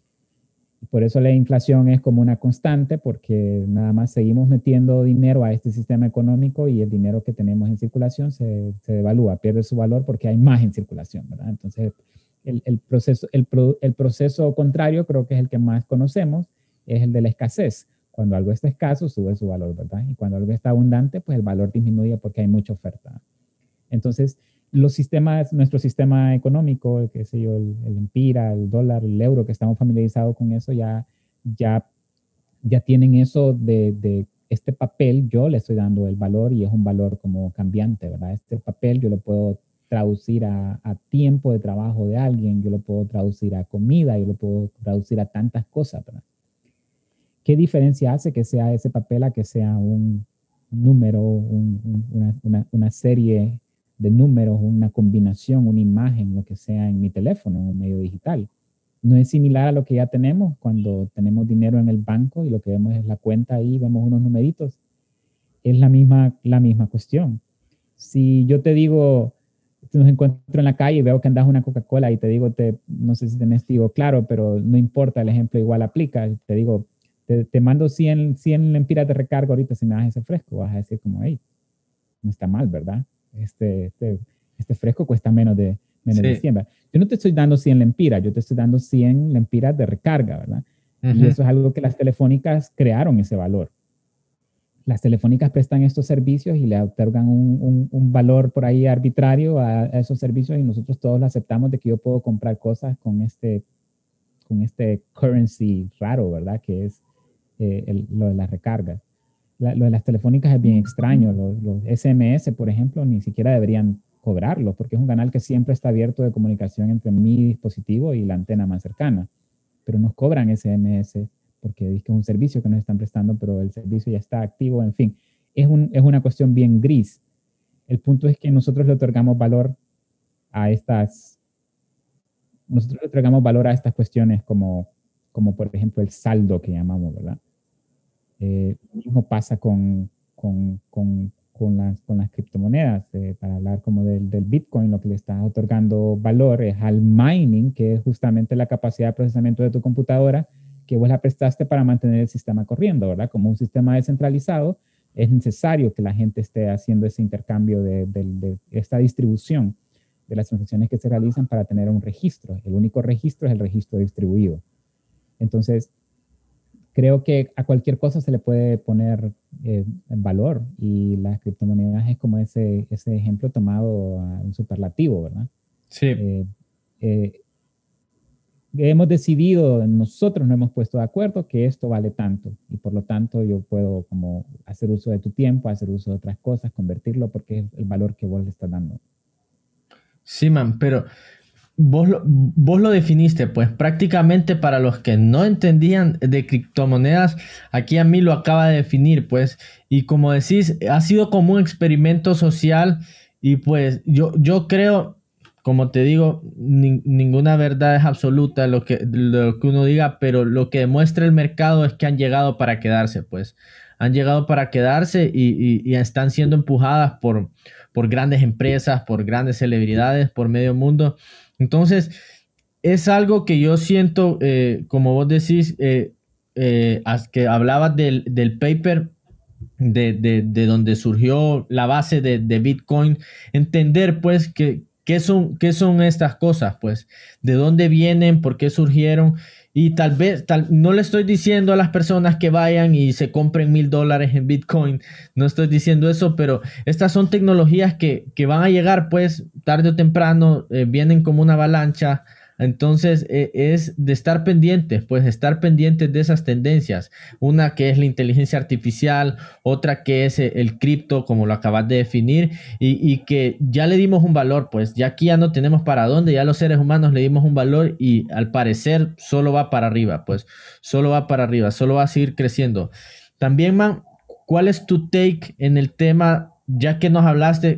Por eso la inflación es como una constante, porque nada más seguimos metiendo dinero a este sistema económico y el dinero que tenemos en circulación se, se devalúa, pierde su valor porque hay más en circulación, ¿verdad? Entonces, el, el, proceso, el, pro, el proceso contrario creo que es el que más conocemos, es el de la escasez. Cuando algo está escaso, sube su valor, ¿verdad? Y cuando algo está abundante, pues el valor disminuye porque hay mucha oferta. Entonces, los sistemas, nuestro sistema económico, qué sé yo, el, el empira, el dólar, el euro, que estamos familiarizados con eso, ya, ya, ya tienen eso de, de este papel, yo le estoy dando el valor y es un valor como cambiante, ¿verdad? Este papel yo lo puedo traducir a, a tiempo de trabajo de alguien, yo lo puedo traducir a comida, yo lo puedo traducir a tantas cosas, ¿verdad? ¿Qué diferencia hace que sea ese papel a que sea un número, un, un, una, una, una serie de números, una combinación, una imagen, lo que sea en mi teléfono, en un medio digital? No es similar a lo que ya tenemos cuando tenemos dinero en el banco y lo que vemos es la cuenta ahí, vemos unos numeritos. Es la misma, la misma cuestión. Si yo te digo, nos encuentro en la calle y veo que andas una Coca-Cola y te digo, te, no sé si tenés digo claro, pero no importa, el ejemplo igual aplica. Te digo, te, te mando cien, cien lempiras de recarga ahorita si me das ese fresco. Vas a decir como, hey, no está mal, ¿verdad? Este, este, este fresco cuesta menos de, menos sí. de cien. ¿verdad? Yo no te estoy dando cien lempiras, yo te estoy dando cien lempiras de recarga, ¿verdad? Uh-huh. Y eso es algo que las telefónicas crearon ese valor. Las telefónicas prestan estos servicios y le otorgan un, un, un valor por ahí arbitrario a, a esos servicios y nosotros todos lo aceptamos de que yo puedo comprar cosas con este, con este currency raro, ¿verdad? Que es eh, el, lo de las recargas. La, lo de las telefónicas es bien extraño. Los, los ese eme ese, por ejemplo, ni siquiera deberían cobrarlo porque es un canal que siempre está abierto de comunicación entre mi dispositivo y la antena más cercana. Pero nos cobran ese ese eme ese porque es un servicio que nos están prestando, pero el servicio ya está activo. En fin, es, un, es una cuestión bien gris. El punto es que nosotros le otorgamos valor a estas, nosotros le otorgamos valor a estas cuestiones como, como por ejemplo, el saldo que llamamos, ¿verdad? Eh, lo mismo pasa con, con, con, con, las, con las criptomonedas. Eh, para hablar como del, del Bitcoin, lo que le está otorgando valor es al mining, que es justamente la capacidad de procesamiento de tu computadora, que vos la prestaste para mantener el sistema corriendo, ¿verdad? Como un sistema descentralizado, es necesario que la gente esté haciendo ese intercambio de, de, de esta distribución de las transacciones que se realizan para tener un registro. El único registro es el registro distribuido. Entonces, creo que a cualquier cosa se le puede poner eh, valor y las criptomonedas es como ese, ese ejemplo tomado a un superlativo, ¿verdad? Sí. Eh, eh, hemos decidido, nosotros nos hemos puesto de acuerdo que esto vale tanto y por lo tanto yo puedo como hacer uso de tu tiempo, hacer uso de otras cosas, convertirlo porque es el valor que vos le estás dando. Sí, man, pero vos lo, vos lo definiste, pues prácticamente para los que no entendían de criptomonedas, aquí a mí lo acaba de definir, pues, y como decís, ha sido como un experimento social y pues yo, yo creo... Como te digo, ni, ninguna verdad es absoluta lo que, lo que uno diga, pero lo que demuestra el mercado es que han llegado para quedarse, pues. Han llegado para quedarse y, y, y están siendo empujadas por, por grandes empresas, por grandes celebridades, por medio mundo. Entonces, es algo que yo siento, eh, como vos decís, eh, eh, que hablabas del, del paper, de, de, de donde surgió la base de, de Bitcoin, entender, pues, que ¿Qué son, ¿Qué son estas cosas? Pues, ¿de dónde vienen? ¿Por qué surgieron? Y tal vez, tal, no le estoy diciendo a las personas que vayan y se compren mil dólares en Bitcoin. No estoy diciendo eso, pero estas son tecnologías que, que van a llegar, pues, tarde o temprano, eh, vienen como una avalancha. Entonces eh, es de estar pendientes, pues estar pendientes de esas tendencias. Una que es la inteligencia artificial, otra que es el cripto, como lo acabas de definir, y, y que ya le dimos un valor, pues ya aquí ya no tenemos para dónde, ya los seres humanos le dimos un valor y al parecer solo va para arriba, pues solo va para arriba, solo va a seguir creciendo. También, man, ¿cuál es tu take en el tema, ya que nos hablaste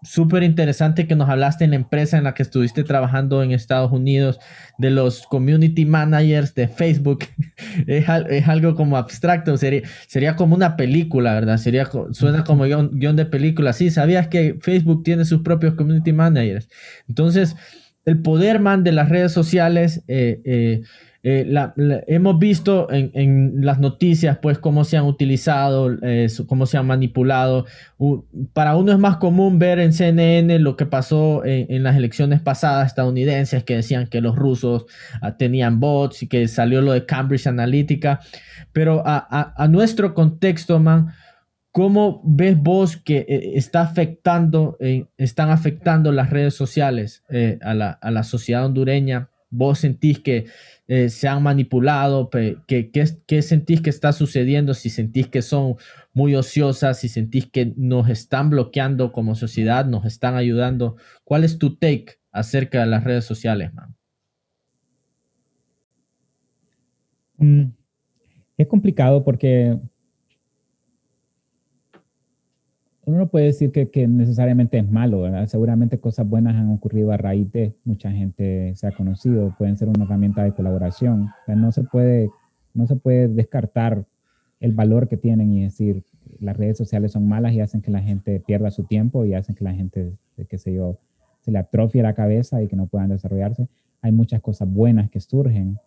súper interesante que nos hablaste en la empresa en la que estuviste trabajando en Estados Unidos, de los community managers de Facebook. Es, al- es algo como abstracto, sería, sería como una película, ¿verdad? Sería, co- suena como guión, guión de película. Sí, ¿sabías que Facebook tiene sus propios community managers? Entonces, el poder, man, de las redes sociales, eh, eh, eh, la- la- hemos visto en, en las noticias, pues, cómo se han utilizado, eh, su- cómo se han manipulado. U- para uno es más común ver en C N N lo que pasó en, en las elecciones pasadas estadounidenses, que decían que los rusos ah, tenían bots y que salió lo de Cambridge Analytica. Pero a, a- a nuestro contexto, man, ¿cómo ves vos que eh, está afectando, eh, están afectando las redes sociales eh, a la, a la sociedad hondureña? ¿Vos sentís que eh, se han manipulado? Pe- ¿Qué, qué, qué sentís que está sucediendo? Si sentís que son muy ociosas, si sentís que nos están bloqueando como sociedad, nos están ayudando. ¿Cuál es tu take acerca de las redes sociales, man? Mm, es complicado porque uno no puede decir que, que necesariamente es malo, ¿verdad? Seguramente cosas buenas han ocurrido a raíz de mucha gente se ha conocido, pueden ser una herramienta de colaboración. O sea, no se puede, no se puede descartar el valor que tienen y decir las redes sociales son malas y hacen que la gente pierda su tiempo y hacen que la gente, eh, qué sé yo, se le atrofie la cabeza y que no puedan desarrollarse. Hay muchas cosas buenas que surgen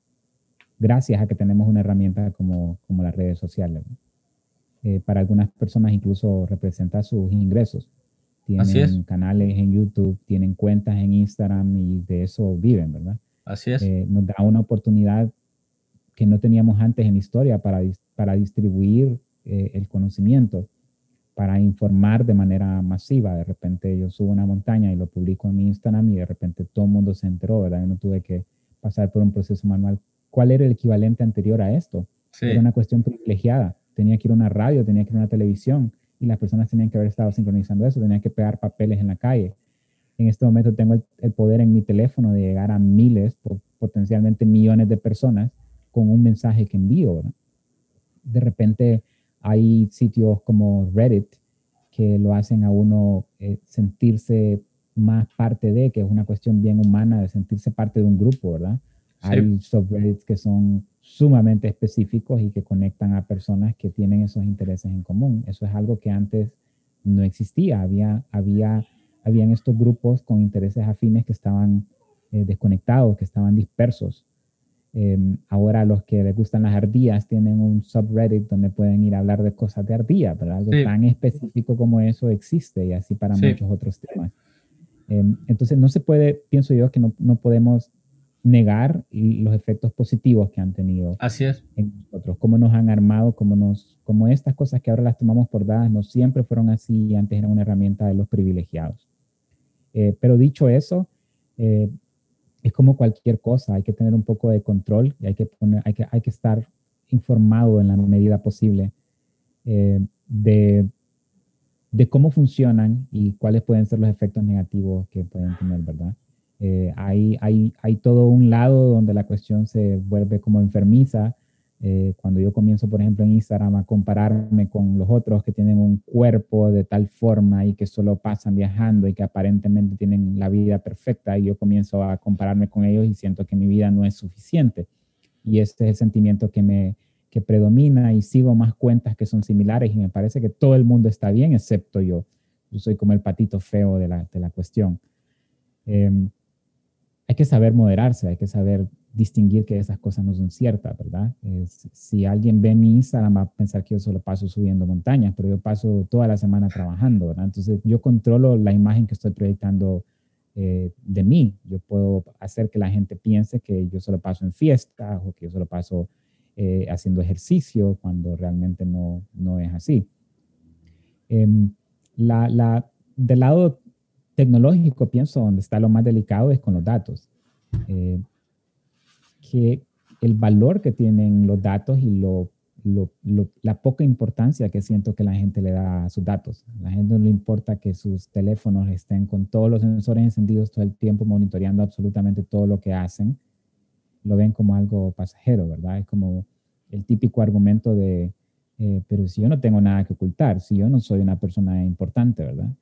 gracias a que tenemos una herramienta como, como las redes sociales. Eh, para algunas personas incluso representa sus ingresos. Así es, Tienen canales en YouTube, tienen cuentas en Instagram y de eso viven, ¿verdad? así es. Eh, nos da una oportunidad que no teníamos antes en la historia para, para distribuir eh, el conocimiento, para informar de manera masiva. De repente yo subo una montaña y lo publico en mi Instagram y de repente todo el mundo se enteró, ¿verdad? Yo no tuve que pasar por un proceso manual. ¿Cuál era el equivalente anterior a esto? Era Sí, una cuestión privilegiada. Tenía que ir a una radio, tenía que ir a una televisión y las personas tenían que haber estado sincronizando eso, tenían que pegar papeles en la calle. En este momento tengo el, el poder en mi teléfono de llegar a miles, potencialmente millones de personas con un mensaje que envío, ¿verdad? De repente hay sitios como Reddit que lo hacen a uno eh, sentirse más parte de, que es una cuestión bien humana de sentirse parte de un grupo, ¿verdad? sí, Hay subreddits que son sumamente específicos y que conectan a personas que tienen esos intereses en común. Eso es algo que antes no existía. Había, había, habían estos grupos con intereses afines que estaban eh, desconectados, que estaban dispersos. Eh, ahora los que les gustan las ardillas tienen un subreddit donde pueden ir a hablar de cosas de ardilla, pero algo sí, tan específico como eso existe y así para sí, muchos otros temas. Eh, entonces no se puede, pienso yo, que no, no podemos negar los efectos positivos que han tenido así es. en nosotros, cómo nos han armado, cómo, nos, cómo estas cosas que ahora las tomamos por dadas no siempre fueron así y antes eran una herramienta de los privilegiados. Eh, pero dicho eso, eh, es como cualquier cosa, hay que tener un poco de control y hay que, poner, hay que, hay que estar informado en la medida posible eh, de, de cómo funcionan y cuáles pueden ser los efectos negativos que pueden tener, ¿verdad? Eh, hay, hay, hay todo un lado donde la cuestión se vuelve como enfermiza. Eh, cuando yo comienzo, por ejemplo, en Instagram a compararme con los otros que tienen un cuerpo de tal forma y que solo pasan viajando y que aparentemente tienen la vida perfecta, y yo comienzo a compararme con ellos y siento que mi vida no es suficiente. Y este es el sentimiento que me que predomina y sigo más cuentas que son similares y me parece que todo el mundo está bien excepto yo. Yo soy como el patito feo de la, de la cuestión. Eh, hay que saber moderarse, hay que saber distinguir que esas cosas no son ciertas, ¿verdad? Es, si alguien ve mi Instagram va a pensar que yo solo paso subiendo montañas, pero yo paso toda la semana trabajando, ¿verdad? Entonces yo controlo la imagen que estoy proyectando eh, de mí. Yo puedo hacer que la gente piense que yo solo paso en fiestas o que yo solo paso eh, haciendo ejercicio cuando realmente no, no es así. Eh, la, la, del lado tecnológico, pienso, donde está lo más delicado es con los datos. Eh, que el valor que tienen los datos y lo, lo, lo, la poca importancia que siento que la gente le da a sus datos. A la gente no le importa que sus teléfonos estén con todos los sensores encendidos todo el tiempo, monitoreando absolutamente todo lo que hacen. Lo ven como algo pasajero, ¿verdad? Es como el típico argumento de, eh, pero si yo no tengo nada que ocultar, si yo no soy una persona importante, ¿verdad?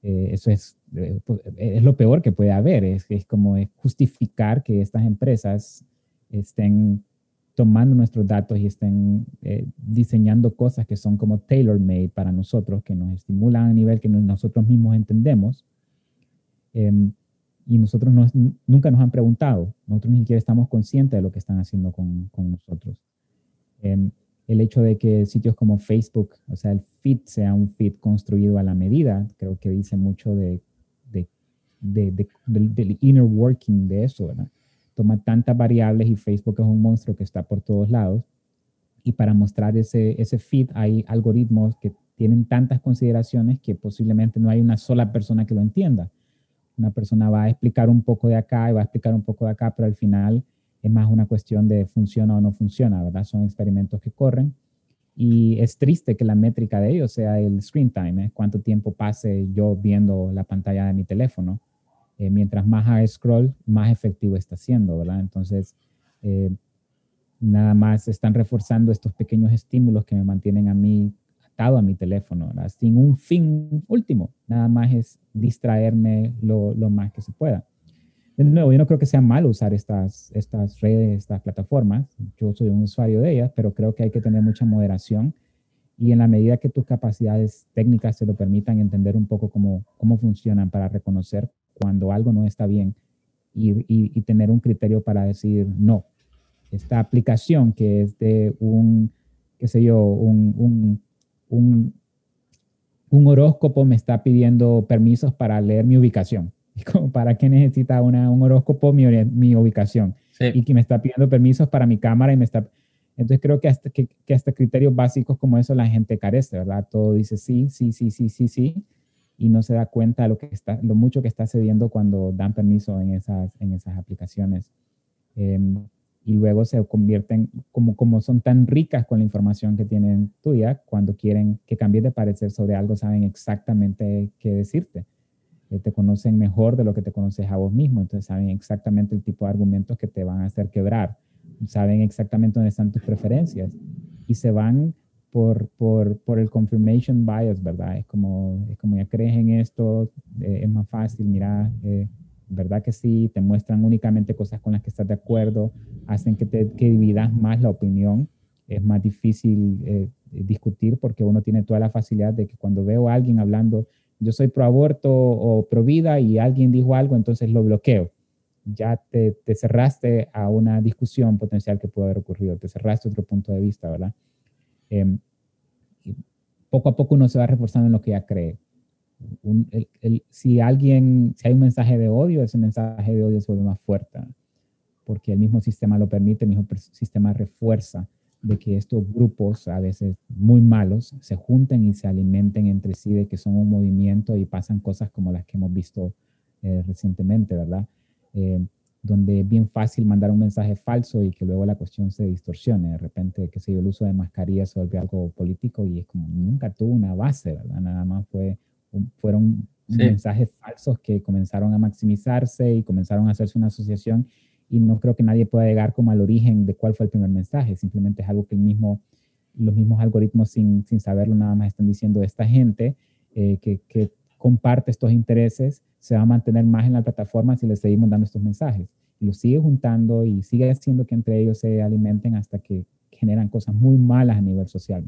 Eh, eso es, eh, es lo peor que puede haber, es, es como justificar que estas empresas estén tomando nuestros datos y estén eh, diseñando cosas que son como tailor-made para nosotros, que nos estimulan a nivel que nosotros mismos entendemos. Eh, y nosotros no, nunca nos han preguntado, nosotros ni siquiera estamos conscientes de lo que están haciendo con, con nosotros. Eh, el hecho de que sitios como Facebook, o sea, el feed sea un feed construido a la medida, creo que dice mucho de, de, de, de, de, del inner working de eso, ¿verdad? Toma tantas variables y Facebook es un monstruo que está por todos lados. Y para mostrar ese, ese feed hay algoritmos que tienen tantas consideraciones que posiblemente no hay una sola persona que lo entienda. Una persona va a explicar un poco de acá y va a explicar un poco de acá, pero al final es más una cuestión de funciona o no funciona, ¿verdad? Son experimentos que corren y es triste que la métrica de ellos sea el screen time, ¿eh? Cuánto tiempo pase yo viendo la pantalla de mi teléfono. Eh, mientras más haga scroll, más efectivo está siendo, ¿verdad? Entonces, eh, nada más están reforzando estos pequeños estímulos que me mantienen a mí atado a mi teléfono, ¿verdad? Sin un fin último, nada más es distraerme lo, lo más que se pueda. De nuevo, yo no creo que sea malo usar estas, estas redes, estas plataformas. Yo soy un usuario de ellas, pero creo que hay que tener mucha moderación y en la medida que tus capacidades técnicas se lo permitan, entender un poco cómo, cómo funcionan para reconocer cuando algo no está bien y, y, y tener un criterio para decir no. Esta aplicación que es de un, qué sé yo, un, un, un, un horóscopo me está pidiendo permisos para leer mi ubicación. ¿Para qué necesita una, un horóscopo mi, mi ubicación? Sí. Y que me está pidiendo permisos para mi cámara y me está... Entonces creo que hasta, que, que hasta criterios básicos como eso la gente carece, ¿verdad? Todo dice sí, sí, sí, sí, sí, sí, y no se da cuenta de lo, que está, lo mucho que está cediendo cuando dan permiso en esas, en esas aplicaciones. Eh, y luego se convierten, como, como son tan ricas con la información que tienen tuya, cuando quieren que cambies de parecer sobre algo, saben exactamente qué decirte. Eh, te conocen mejor de lo que te conoces a vos mismo, entonces saben exactamente el tipo de argumentos que te van a hacer quebrar, saben exactamente dónde están tus preferencias y se van por, por, por el confirmation bias, ¿verdad? Es como, es como ya crees en esto, eh, es más fácil, mira, eh, ¿verdad que sí? Te muestran únicamente cosas con las que estás de acuerdo, hacen que, te, que dividas más la opinión, es más difícil eh, discutir porque uno tiene toda la facilidad de que cuando veo a alguien hablando, yo soy pro aborto o pro vida y alguien dijo algo, entonces lo bloqueo. Ya te, te cerraste a una discusión potencial que puede haber ocurrido, te cerraste a otro punto de vista, ¿verdad? Eh, poco a poco uno se va reforzando en lo que ya cree. Un, el, el, si alguien, si hay un mensaje de odio, ese mensaje de odio se vuelve más fuerte, porque el mismo sistema lo permite, el mismo sistema refuerza de que estos grupos, a veces muy malos, se junten y se alimenten entre sí de que son un movimiento y pasan cosas como las que hemos visto eh, recientemente, ¿verdad? Eh, donde es bien fácil mandar un mensaje falso y que luego la cuestión se distorsione. De repente, qué sé yo, el uso de mascarillas se volvió algo político y es como nunca tuvo una base, ¿verdad? Nada más fue, un, fueron sí. mensajes falsos que comenzaron a maximizarse y comenzaron a hacerse una asociación y no creo que nadie pueda llegar como al origen de cuál fue el primer mensaje. Simplemente es algo que el mismo, los mismos algoritmos sin, sin saberlo nada más están diciendo esta gente eh, que, que comparte estos intereses se va a mantener más en la plataforma si les seguimos dando estos mensajes. Y los sigue juntando y sigue haciendo que entre ellos se alimenten hasta que generan cosas muy malas a nivel social.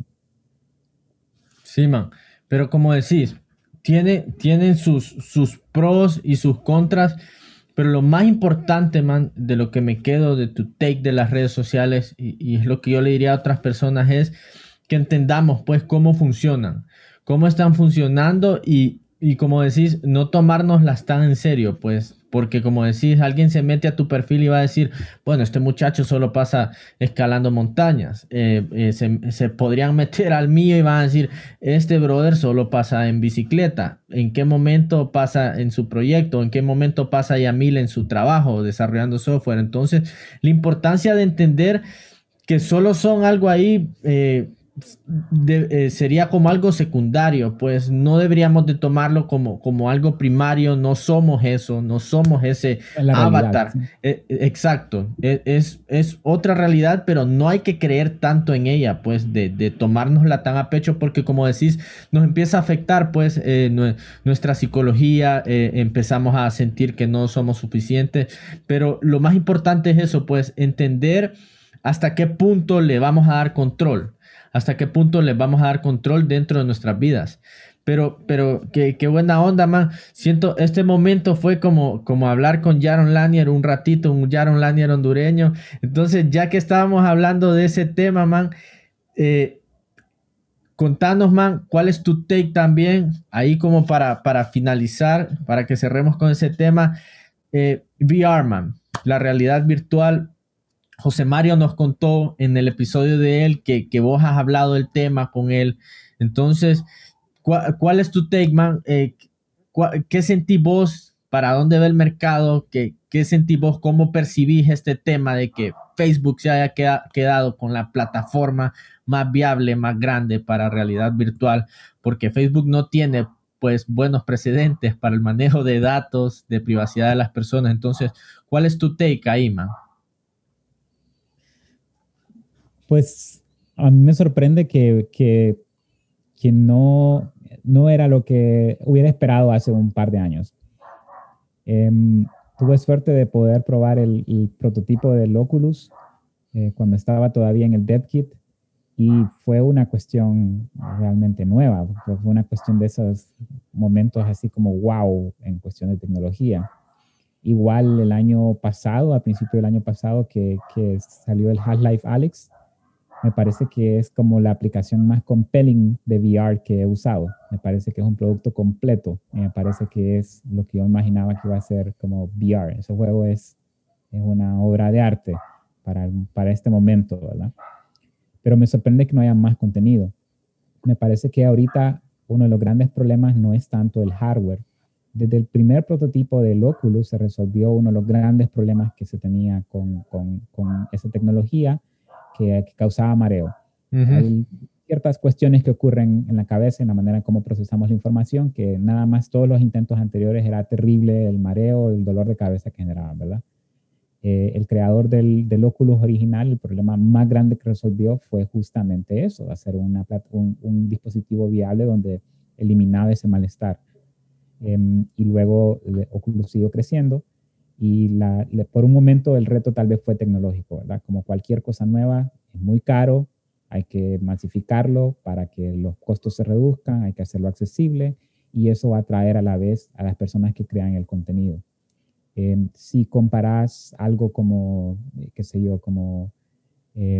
Sí, man. Pero como decís, tiene, tienen sus, sus pros y sus contras, pero lo más importante, man, de lo que me quedo de tu take de las redes sociales, y, y es lo que yo le diría a otras personas, es que entendamos, pues, cómo funcionan, cómo están funcionando y Y como decís, no tomárnoslas tan en serio, pues, porque como decís, alguien se mete a tu perfil y va a decir, bueno, este muchacho solo pasa escalando montañas. Eh, eh, se, se podrían meter al mío y van a decir, este brother solo pasa en bicicleta. ¿En qué momento pasa en su proyecto? ¿En qué momento pasa Yamil en su trabajo desarrollando software? Entonces, la importancia de entender que solo son algo ahí... Eh, de- eh, sería como algo secundario, pues no deberíamos de tomarlo como, como algo primario, no somos eso, no somos ese Es la realidad, avatar. sí. Eh, eh, exacto, e- es, es otra realidad, pero no hay que creer tanto en ella, pues de, de tomárnosla tan a pecho, porque como decís, nos empieza a afectar, pues eh, nue- nuestra psicología, eh, empezamos a sentir que no somos suficientes, pero lo más importante es eso, pues entender hasta qué punto le vamos a dar control, hasta qué punto les vamos a dar control dentro de nuestras vidas. Pero, pero, qué, qué buena onda, man. Siento, este momento fue como, como hablar con Jaron Lanier un ratito, un Jaron Lanier hondureño. Entonces, ya que estábamos hablando de ese tema, man, eh, contanos, man, cuál es tu take también, ahí como para, para finalizar, para que cerremos con ese tema. Eh, V R, man, la realidad virtual. José Mario nos contó en el episodio de él que, que vos has hablado del tema con él. Entonces, ¿cuál, cuál es tu take, man? Eh, ¿cuál- ¿Qué sentís vos? ¿Para dónde va el mercado? ¿Qué, qué sentís vos? ¿Cómo percibís este tema de que Facebook se haya queda- quedado con la plataforma más viable, más grande para realidad virtual? Porque Facebook no tiene pues buenos precedentes para el manejo de datos, de privacidad de las personas. Entonces, ¿cuál es tu take ahí, man? Pues a mí me sorprende que, que, que no, no era lo que hubiera esperado hace un par de años. Em, tuve suerte de poder probar el, el prototipo del Oculus eh, cuando estaba todavía en el DevKit y fue una cuestión realmente nueva, fue fue una cuestión de esos momentos así como wow en cuestión de tecnología. Igual el año pasado, a principio del año pasado, que, que salió el Half-Life Alyx, me parece que es como la aplicación más compelling de V R que he usado. Me parece que es un producto completo. Y me parece que es lo que yo imaginaba que iba a ser como V R. Ese juego es, es una obra de arte para, para este momento, ¿verdad? Pero me sorprende que no haya más contenido. Me parece que ahorita uno de los grandes problemas no es tanto el hardware. Desde el primer prototipo del Oculus se resolvió uno de los grandes problemas que se tenía con, con, con esa tecnología que, que causaba mareo. Ujú. Hay ciertas cuestiones que ocurren en la cabeza, en la manera en cómo procesamos la información, que nada más todos los intentos anteriores era terrible el mareo, el dolor de cabeza que generaban, ¿verdad? Eh, el creador del, del Oculus original, el problema más grande que resolvió fue justamente eso, hacer una, un, un dispositivo viable donde eliminaba ese malestar. Eh, y luego eh, Oculus siguió creciendo y la, le, por un momento el reto tal vez fue tecnológico, ¿verdad? Como cualquier cosa nueva, es muy caro, hay que masificarlo para que los costos se reduzcan, hay que hacerlo accesible y eso va a atraer a la vez a las personas que crean el contenido. Eh, si comparas algo como, eh, qué sé yo, como, eh,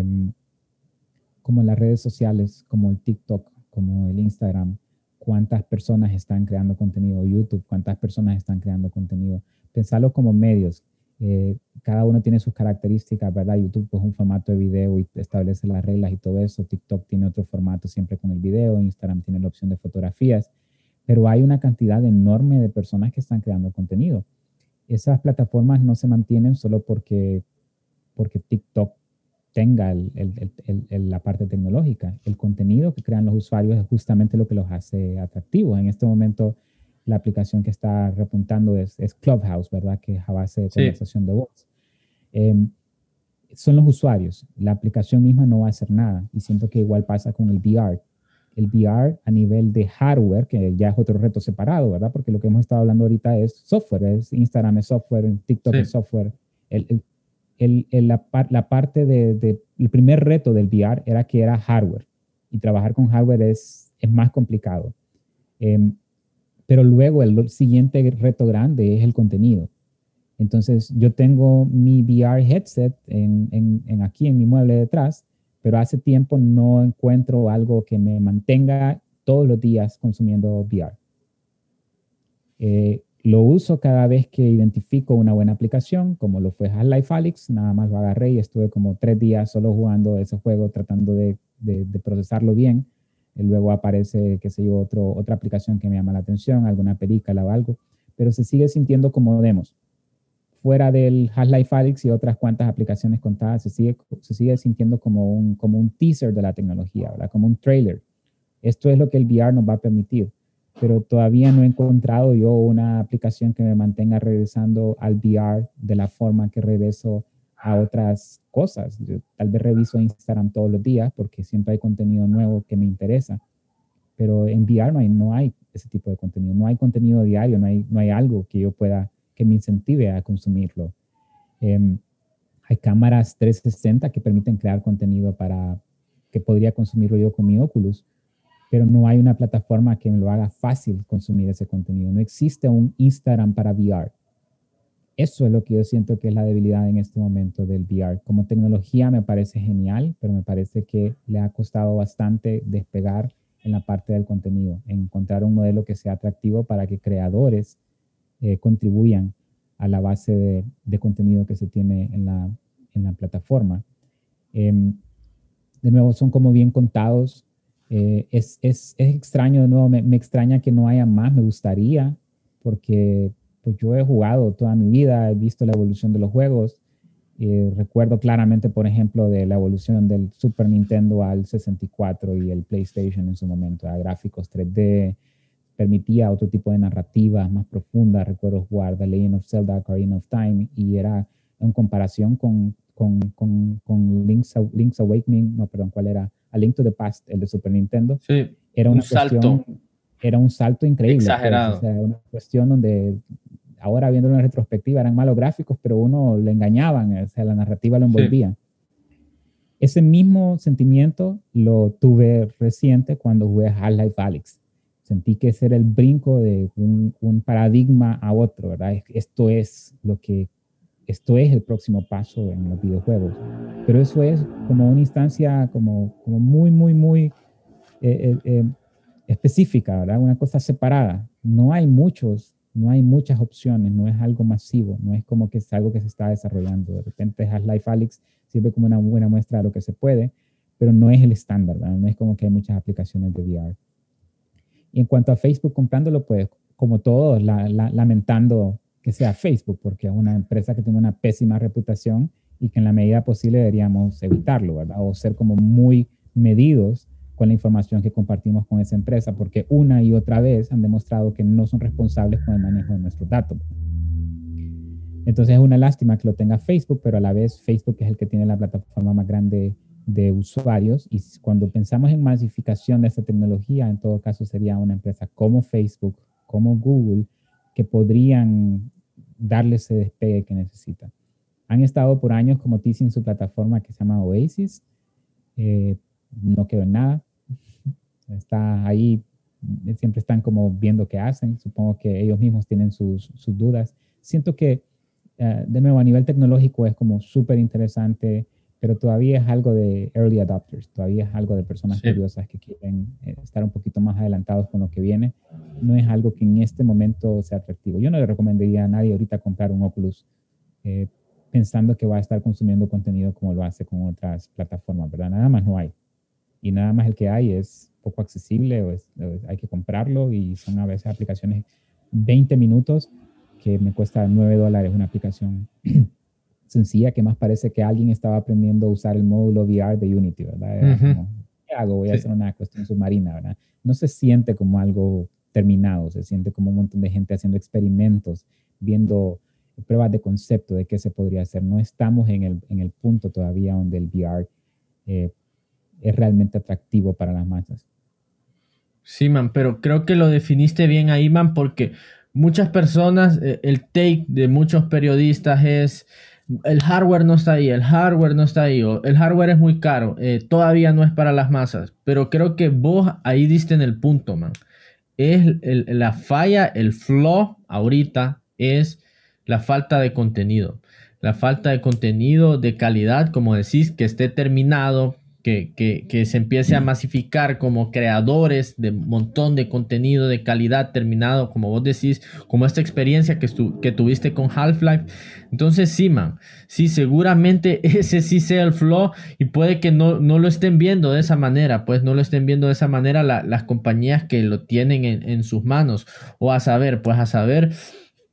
como las redes sociales, como el TikTok, como el Instagram, cuántas personas están creando contenido, YouTube, cuántas personas están creando contenido. Pensarlo como medios. Eh, cada uno tiene sus características, ¿verdad? YouTube es un formato de video y establece las reglas y todo eso. TikTok tiene otro formato siempre con el video. Instagram tiene la opción de fotografías. Pero hay una cantidad enorme de personas que están creando contenido. Esas plataformas no se mantienen solo porque, porque TikTok tenga el, el, el, el, la parte tecnológica. El contenido que crean los usuarios es justamente lo que los hace atractivos. En este momento, la aplicación que está repuntando es, es Clubhouse, ¿verdad? Que es a base de Sí. conversación de voz. Eh, son los usuarios. La aplicación misma no va a hacer nada. Y siento que igual pasa con el V R. El V R a nivel de hardware, que ya es otro reto separado, ¿verdad? Porque lo que hemos estado hablando ahorita es software, es Instagram es software, TikTok es Sí. software. El, el, el, el, la, par, la, parte de, de, el primer reto del V R era que era hardware. Y trabajar con hardware es, es más complicado. Eh, pero luego el siguiente reto grande es el contenido. Entonces, yo tengo mi V R headset en, en, en aquí en mi mueble detrás, pero hace tiempo no encuentro algo que me mantenga todos los días consumiendo V R. Eh, lo uso cada vez que identifico una buena aplicación, como lo fue Half-Life Alyx, nada más lo agarré y estuve como tres días solo jugando ese juego, tratando de, de, de procesarlo bien. Y luego aparece, qué sé yo, otro, otra aplicación que me llama la atención, alguna película o algo, pero se sigue sintiendo como demos. fuera del Half-Life Alyx y otras cuantas aplicaciones contadas, se sigue, se sigue sintiendo como un, como un teaser de la tecnología, ¿verdad? Como un trailer. Esto es lo que el V R nos va a permitir, pero todavía no he encontrado yo una aplicación que me mantenga regresando al V R de la forma que regreso a otras cosas. Yo tal vez reviso Instagram todos los días porque siempre hay contenido nuevo que me interesa, pero en V R no hay, no hay ese tipo de contenido, no hay contenido diario, no hay, no hay algo que yo pueda, que me incentive a consumirlo. Eh, hay cámaras trescientos sesenta que permiten crear contenido para que podría consumirlo yo con mi Oculus, pero no hay una plataforma que me lo haga fácil consumir ese contenido. No existe un Instagram para V R. Eso es lo que yo siento que es la debilidad en este momento del V R. Como tecnología me parece genial, pero me parece que le ha costado bastante despegar en la parte del contenido, encontrar un modelo que sea atractivo para que creadores eh, contribuyan a la base de, de contenido que se tiene en la, en la plataforma. Eh, de nuevo, son como bien contados. Eh, es, es, es extraño, de nuevo, me, me extraña que no haya más, me gustaría, porque pues yo he jugado toda mi vida, he visto la evolución de los juegos. Eh, recuerdo claramente, por ejemplo, de la evolución del Super Nintendo al sesenta y cuatro y el PlayStation en su momento, a gráficos tres D, permitía otro tipo de narrativas más profundas. Recuerdo jugar The Legend of Zelda, Ocarina of Time, y era en comparación con, con, con, con Link's, Link's Awakening, no, perdón, ¿cuál era? A Link to the Past, el de Super Nintendo. Sí, era una un salto. Cuestión, era un salto increíble. Exagerado. Pues, o sea, una cuestión donde ahora viéndolo en retrospectiva eran malos gráficos, pero uno le engañaban, o sea, la narrativa lo envolvía. Sí. Ese mismo sentimiento lo tuve reciente cuando jugué Half-Life Alyx. Sentí que ese era el brinco de un, un paradigma a otro, ¿verdad? Esto es lo que, esto es el próximo paso en los videojuegos. Pero eso es como una instancia como, como muy, muy, muy eh, eh, específica, ¿verdad? Una cosa separada. No hay muchos, no hay muchas opciones, no es algo masivo, no es como que es algo que se está desarrollando. De repente Half-Life Alyx sirve como una buena muestra de lo que se puede, pero no es el estándar, ¿verdad? No es como que hay muchas aplicaciones de V R. Y en cuanto a Facebook comprándolo, pues como todos, la, la, lamentando que sea Facebook, porque es una empresa que tiene una pésima reputación y que en la medida posible deberíamos evitarlo, ¿verdad? O ser como muy medidos con la información que compartimos con esa empresa, porque una y otra vez han demostrado que no son responsables con el manejo de nuestros datos. Entonces es una lástima que lo tenga Facebook, pero a la vez Facebook es el que tiene la plataforma más grande de usuarios, y cuando pensamos en masificación de esta tecnología, en todo caso sería una empresa como Facebook, como Google, que podrían darle ese despegue que necesita. Han estado por años como teasing su plataforma que se llama Oasis, eh, no quedó en nada, está ahí, siempre están como viendo qué hacen, supongo que ellos mismos tienen sus, sus dudas. Siento que, uh, de nuevo, a nivel tecnológico es como súper interesante, pero todavía es algo de early adopters, todavía es algo de personas sí. curiosas que quieren eh, estar un poquito más adelantados con lo que viene. No es algo que en este momento sea atractivo. Yo no le recomendaría a nadie ahorita comprar un Oculus eh, pensando que va a estar consumiendo contenido como lo hace con otras plataformas, ¿verdad? Nada más no hay. Y nada más el que hay es poco accesible, o, es, o es, hay que comprarlo, y son a veces aplicaciones veinte minutos que me cuesta nueve dólares una aplicación sencilla que más parece que alguien estaba aprendiendo a usar el módulo V R de Unity, ¿verdad? Era uh-huh. como, ¿qué hago? Voy a sí. hacer una cuestión submarina, ¿verdad? No se siente como algo terminado, se siente como un montón de gente haciendo experimentos, viendo pruebas de concepto de qué se podría hacer. No estamos en el, en el punto todavía donde el V R eh, es realmente atractivo para las masas. Sí, man, pero creo que lo definiste bien ahí, man, porque muchas personas, eh, el take de muchos periodistas es: el hardware no está ahí, el hardware no está ahí, o el hardware es muy caro, eh, todavía no es para las masas. Pero creo que vos ahí diste en el punto, man. Es el, la falla, el flaw ahorita es la falta de contenido. La falta de contenido de calidad, como decís, que esté terminado, que, que, que se empiece a masificar como creadores de un montón de contenido de calidad terminado, como vos decís, como esta experiencia que, estu que tuviste con Half-Life. Entonces sí, man, sí, seguramente ese sí sea el flaw, y puede que no, no lo estén viendo de esa manera, pues no lo estén viendo de esa manera la, las compañías que lo tienen en, en sus manos, o a saber, pues a saber...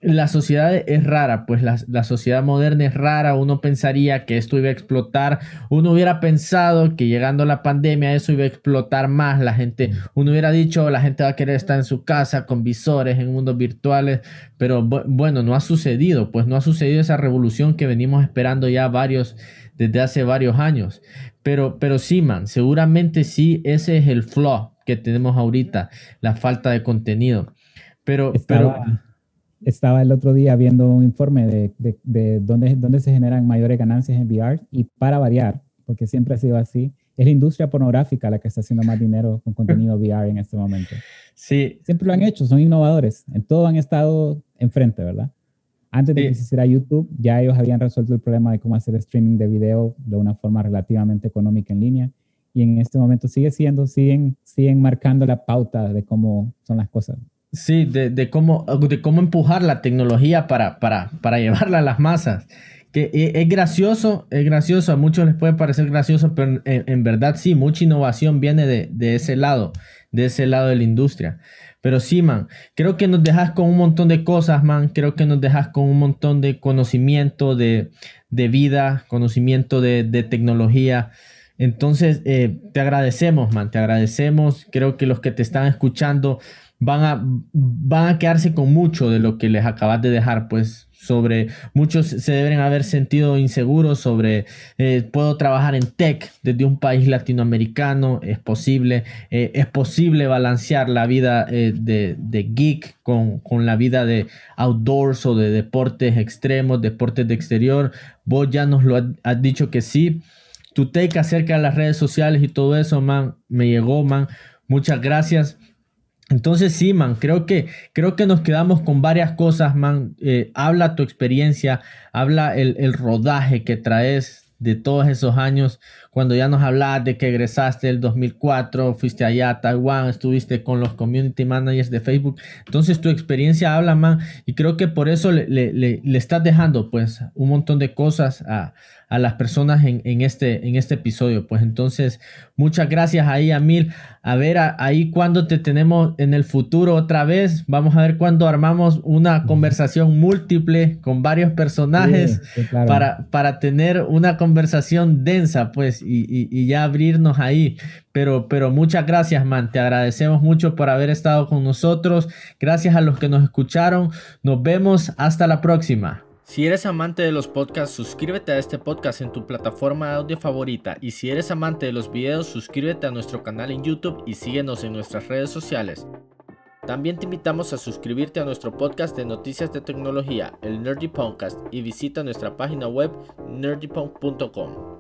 la sociedad es rara, pues la, la sociedad moderna es rara. Uno pensaría que esto iba a explotar. Uno hubiera pensado que llegando la pandemia eso iba a explotar más. La gente, uno hubiera dicho, la gente va a querer estar en su casa con visores en mundos virtuales. Pero bueno, no ha sucedido, pues no ha sucedido esa revolución que venimos esperando ya varios, desde hace varios años. Pero, pero sí, man, seguramente sí, ese es el flaw que tenemos ahorita, la falta de contenido. Pero, Estaba... pero Estaba el otro día viendo un informe de, de, de dónde, dónde se generan mayores ganancias en V R y para variar, porque siempre ha sido así, es la industria pornográfica la que está haciendo más dinero con contenido V R en este momento. Sí. Siempre lo han hecho, son innovadores, en todo han estado enfrente, ¿verdad? Antes de sí. que se hiciera YouTube, ya ellos habían resuelto el problema de cómo hacer streaming de video de una forma relativamente económica en línea y en este momento sigue siendo, siguen, siguen marcando la pauta de cómo son las cosas. Sí, de, de, cómo, de cómo empujar la tecnología para, para, para llevarla a las masas. Que es, es gracioso, es gracioso, a muchos les puede parecer gracioso, pero en, en verdad sí, mucha innovación viene de, de ese lado, de ese lado de la industria. Pero sí, man, creo que nos dejas con un montón de cosas, man, creo que nos dejas con un montón de conocimiento de, de vida, conocimiento de, de tecnología. Entonces, eh, te agradecemos, man, te agradecemos. Creo que los que te están escuchando Van a, van a quedarse con mucho de lo que les acabas de dejar, pues sobre muchos se deben haber sentido inseguros sobre eh, puedo trabajar en tech desde un país latinoamericano, es posible, eh, es posible balancear la vida eh, de, de geek con, con la vida de outdoors o de deportes extremos, deportes de exterior. Vos ya nos lo has, has dicho que sí. Tu take acerca de las redes sociales y todo eso, man, me llegó, man. Muchas gracias. Entonces sí, man, creo que, creo que nos quedamos con varias cosas, man. Eh, habla tu experiencia, habla el, el rodaje que traes de todos esos años, cuando ya nos hablabas de que egresaste el dos mil cuatro, fuiste allá a Taiwán, estuviste con los community managers de Facebook. Entonces tu experiencia habla, man, y creo que por eso le, le, le, le estás dejando pues un montón de cosas a, a las personas en, en, este, en este episodio. Pues entonces, muchas gracias ahí, Amil. A ver, a, ahí cuando te tenemos en el futuro otra vez, vamos a ver cuando armamos una conversación múltiple con varios personajes sí, sí, claro. para, para tener una conversación densa, pues, y, y, y ya abrirnos ahí. Pero, pero muchas gracias, man. Te agradecemos mucho por haber estado con nosotros. Gracias a los que nos escucharon. Nos vemos hasta la próxima. Si eres amante de los podcasts, suscríbete a este podcast en tu plataforma de audio favorita. Y si eres amante de los videos, suscríbete a nuestro canal en YouTube y síguenos en nuestras redes sociales. También te invitamos a suscribirte a nuestro podcast de noticias de tecnología, el Nerdy Podcast, y visita nuestra página web nerdypunk punto com.